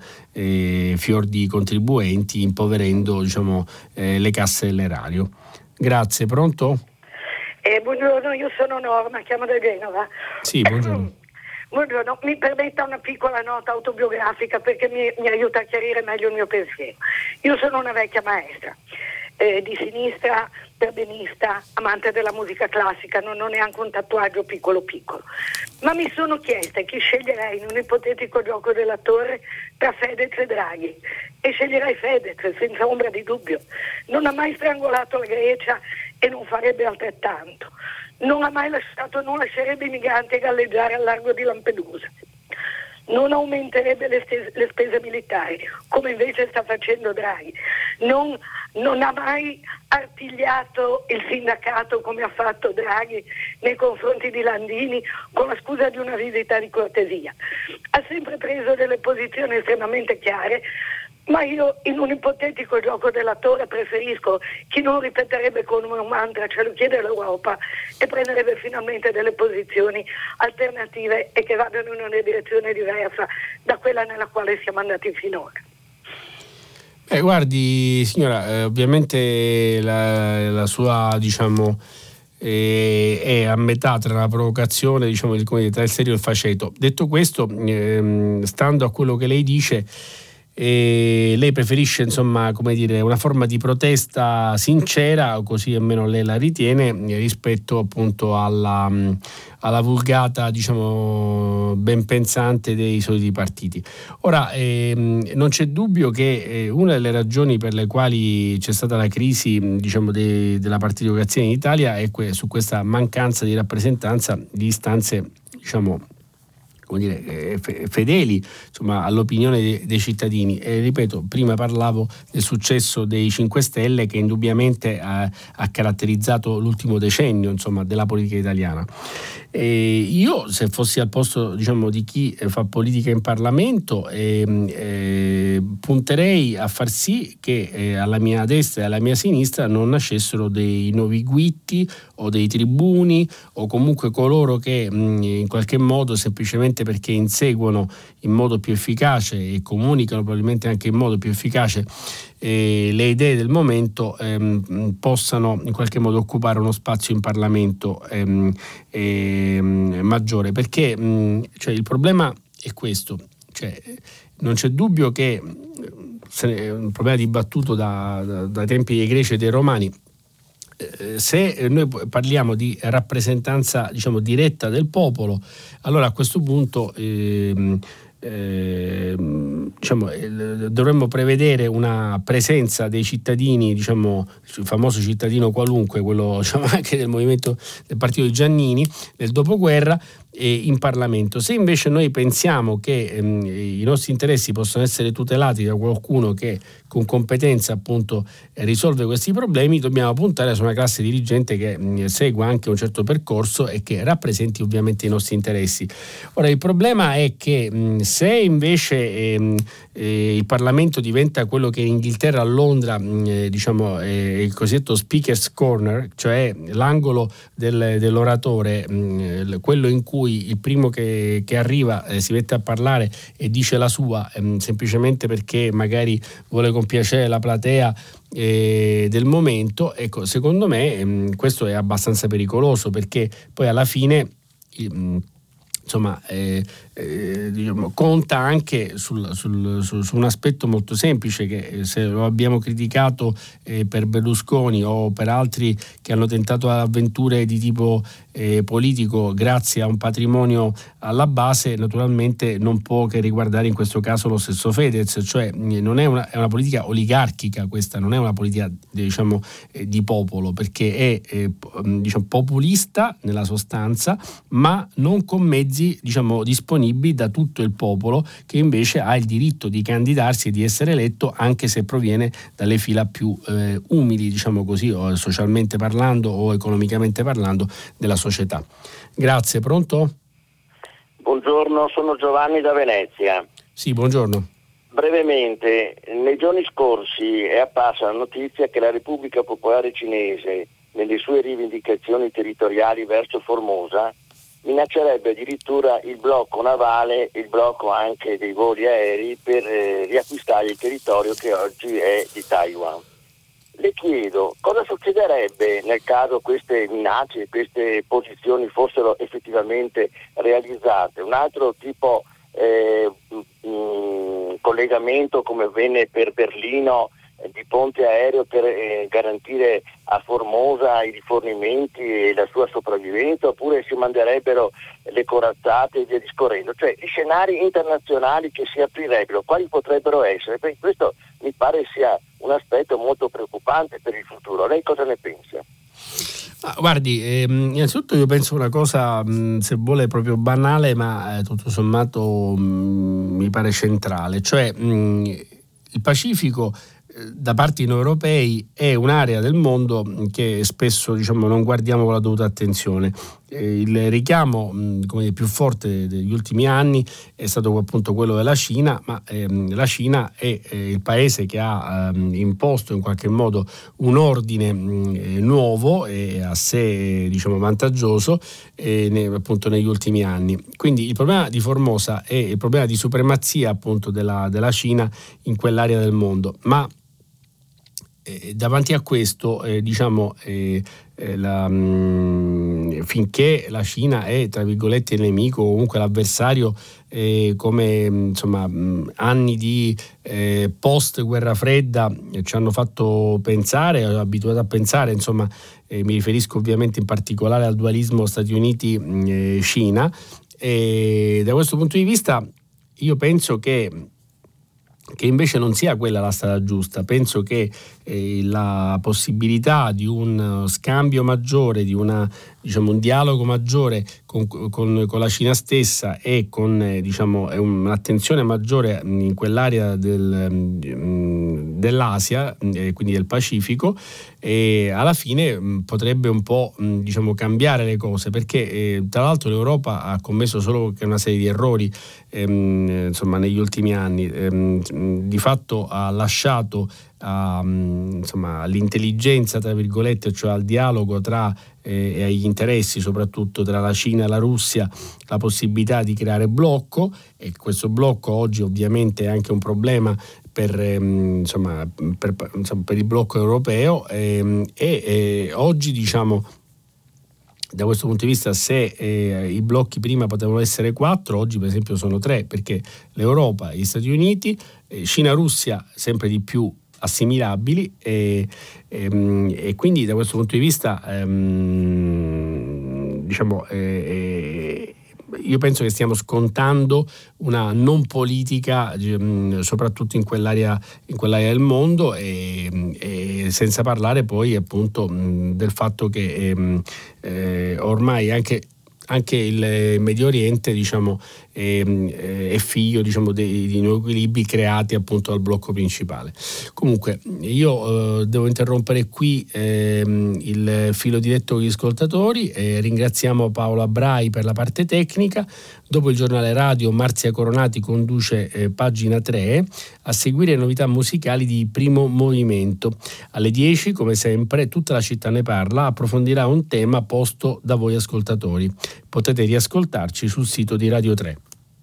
fior di contribuenti, impoverendo le casse dell'erario. Grazie. Pronto? Buongiorno, io sono Norma, chiamo da Genova. Sì, buongiorno. Buongiorno, mi permetta una piccola nota autobiografica perché mi aiuta a chiarire meglio il mio pensiero. Io sono una vecchia maestra di sinistra, perbenista, amante della musica classica, non ho neanche un tatuaggio piccolo, ma mi sono chiesta chi sceglierei in un ipotetico gioco della torre tra Fedez e Draghi, e sceglierei Fedez senza ombra di dubbio. Non ha mai strangolato la Grecia e non farebbe altrettanto, non lascerebbe i migranti galleggiare al largo di Lampedusa, non aumenterebbe le spese militari come invece sta facendo Draghi, non ha mai artigliato il sindacato come ha fatto Draghi nei confronti di Landini con la scusa di una visita di cortesia, ha sempre preso delle posizioni estremamente chiare. Ma io in un ipotetico gioco della torre preferisco chi non ripeterebbe come un mantra ce lo chiede l'Europa e prenderebbe finalmente delle posizioni alternative e che vadano in una direzione diversa da quella nella quale siamo andati finora. Guardi signora, ovviamente la sua è a metà tra la provocazione, tra il serio e il faceto. Detto questo, stando a quello che lei dice, lei preferisce una forma di protesta sincera, o così almeno lei la ritiene, rispetto appunto alla vulgata ben pensante dei soliti partiti. Ora non c'è dubbio che una delle ragioni per le quali c'è stata la crisi della partitocrazia in Italia è su questa mancanza di rappresentanza di istanze fedeli, insomma, all'opinione dei cittadini. E ripeto, prima parlavo del successo dei 5 Stelle, che indubbiamente ha caratterizzato l'ultimo decennio, insomma, della politica italiana. E io, se fossi al posto, diciamo, di chi fa politica in Parlamento, punterei a far sì che alla mia destra e alla mia sinistra non nascessero dei nuovi guitti o dei tribuni, o comunque coloro che in qualche modo, semplicemente perché inseguono in modo più efficace e comunicano probabilmente anche in modo più efficace le idee del momento, possano in qualche modo occupare uno spazio in Parlamento maggiore, perché il problema è questo, non c'è dubbio che è un problema dibattuto dai tempi dei Greci e dei Romani. Se noi parliamo di rappresentanza, diciamo, diretta del popolo, allora a questo punto dovremmo prevedere una presenza dei cittadini, diciamo, il famoso cittadino qualunque, quello, diciamo, anche del movimento del partito di Giannini del dopoguerra, in Parlamento. Se invece noi pensiamo che i nostri interessi possono essere tutelati da qualcuno che con competenza, appunto, risolve questi problemi, dobbiamo puntare su una classe dirigente che segua anche un certo percorso e che rappresenti ovviamente i nostri interessi. Ora, il problema è che se invece il Parlamento diventa quello che in Inghilterra, a Londra, il cosiddetto speaker's corner, cioè l'angolo dell'oratore, quello in cui il primo che arriva si mette a parlare e dice la sua, semplicemente perché magari vuole compiacere la platea del momento. Ecco, secondo me questo è abbastanza pericoloso, perché poi alla fine conta anche su un aspetto molto semplice, che se lo abbiamo criticato per Berlusconi o per altri che hanno tentato avventure di tipo politico grazie a un patrimonio alla base, naturalmente non può che riguardare in questo caso lo stesso Fedez, cioè non è una politica oligarchica, questa non è una politica, diciamo, di popolo, perché è populista nella sostanza, ma non con mezzi, diciamo, disponibili da tutto il popolo, che invece ha il diritto di candidarsi e di essere eletto, anche se proviene dalle fila più umili, diciamo così, o socialmente parlando o economicamente parlando, della società. Grazie. Pronto? Buongiorno, sono Giovanni da Venezia. Sì, buongiorno. Brevemente, nei giorni scorsi è apparsa la notizia che la Repubblica Popolare Cinese, nelle sue rivendicazioni territoriali verso Formosa, minaccerebbe addirittura il blocco navale, il blocco anche dei voli aerei, per riacquistare il territorio che oggi è di Taiwan. Le chiedo cosa succederebbe nel caso queste minacce, queste posizioni fossero effettivamente realizzate. Un altro tipo collegamento, come avvenne per Berlino, di ponte aereo per garantire a Formosa i rifornimenti e la sua sopravvivenza, oppure si manderebbero le corazzate e via discorrendo. Cioè, gli scenari internazionali che si aprirebbero, quali potrebbero essere? Perché questo mi pare sia un aspetto molto preoccupante per il futuro. Lei cosa ne pensa? Guardi, innanzitutto io penso una cosa, se vuole proprio banale, ma tutto sommato mi pare centrale, cioè il Pacifico da parte di noi europei è un'area del mondo che spesso, diciamo, non guardiamo con la dovuta attenzione. Il richiamo più forte degli ultimi anni è stato appunto quello della Cina, ma la Cina è il paese che ha imposto in qualche modo un ordine nuovo e a sé, diciamo, vantaggioso appunto negli ultimi anni. Quindi il problema di Formosa è il problema di supremazia appunto della Cina in quell'area del mondo, ma davanti a questo finché la Cina è, tra virgolette, il nemico o comunque l'avversario, come insomma anni di post guerra fredda ci hanno fatto pensare, abituato a pensare, insomma, mi riferisco ovviamente in particolare al dualismo Stati Uniti-Cina, e da questo punto di vista io penso che che invece non sia quella la strada giusta. Penso che la possibilità di un scambio maggiore, di un dialogo maggiore con la Cina stessa e con un'attenzione maggiore in quell'area dell'Asia, quindi del Pacifico, e alla fine potrebbe un po' cambiare le cose, perché tra l'altro l'Europa ha commesso solo una serie di errori negli ultimi anni. Di fatto ha lasciato all'intelligenza, tra virgolette, cioè al dialogo e agli interessi soprattutto tra la Cina e la Russia, la possibilità di creare blocco, e questo blocco oggi ovviamente è anche un problema per il blocco europeo, e oggi da questo punto di vista, se i blocchi prima potevano essere 4, oggi per esempio sono 3, perché l'Europa e gli Stati Uniti, Cina-Russia sempre di più assimilabili, e quindi da questo punto di vista io penso che stiamo scontando una non politica, soprattutto in quell'area del mondo, e senza parlare poi appunto del fatto che ormai anche il Medio Oriente è figlio di nuovi equilibri creati appunto dal blocco principale. Comunque io devo interrompere qui il filo diretto con gli ascoltatori, ringraziamo Paola Brai per la parte tecnica. Dopo il giornale radio Marzia Coronati conduce Pagina 3, a seguire novità musicali di Primo Movimento. Alle 10, come sempre, Tutta la città ne parla approfondirà un tema posto da voi ascoltatori. Potete riascoltarci sul sito di Radio 3.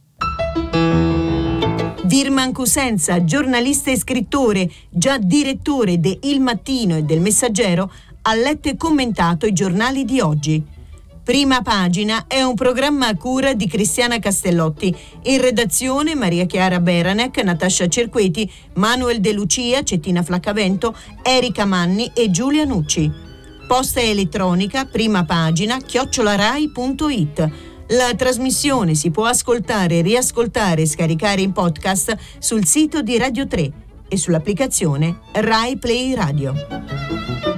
Virman Cosenza, giornalista e scrittore, già direttore de Il Mattino e del Messaggero, ha letto e commentato i giornali di oggi. Prima Pagina è un programma a cura di Cristiana Castellotti. In redazione Maria Chiara Beranec, Natascia Cerqueti, Manuel De Lucia, Cettina Flaccavento, Erika Manni e Giulia Nucci. Posta elettronica primapagina@rai.it. La trasmissione si può ascoltare, riascoltare e scaricare in podcast sul sito di Radio 3 e sull'applicazione Rai Play Radio.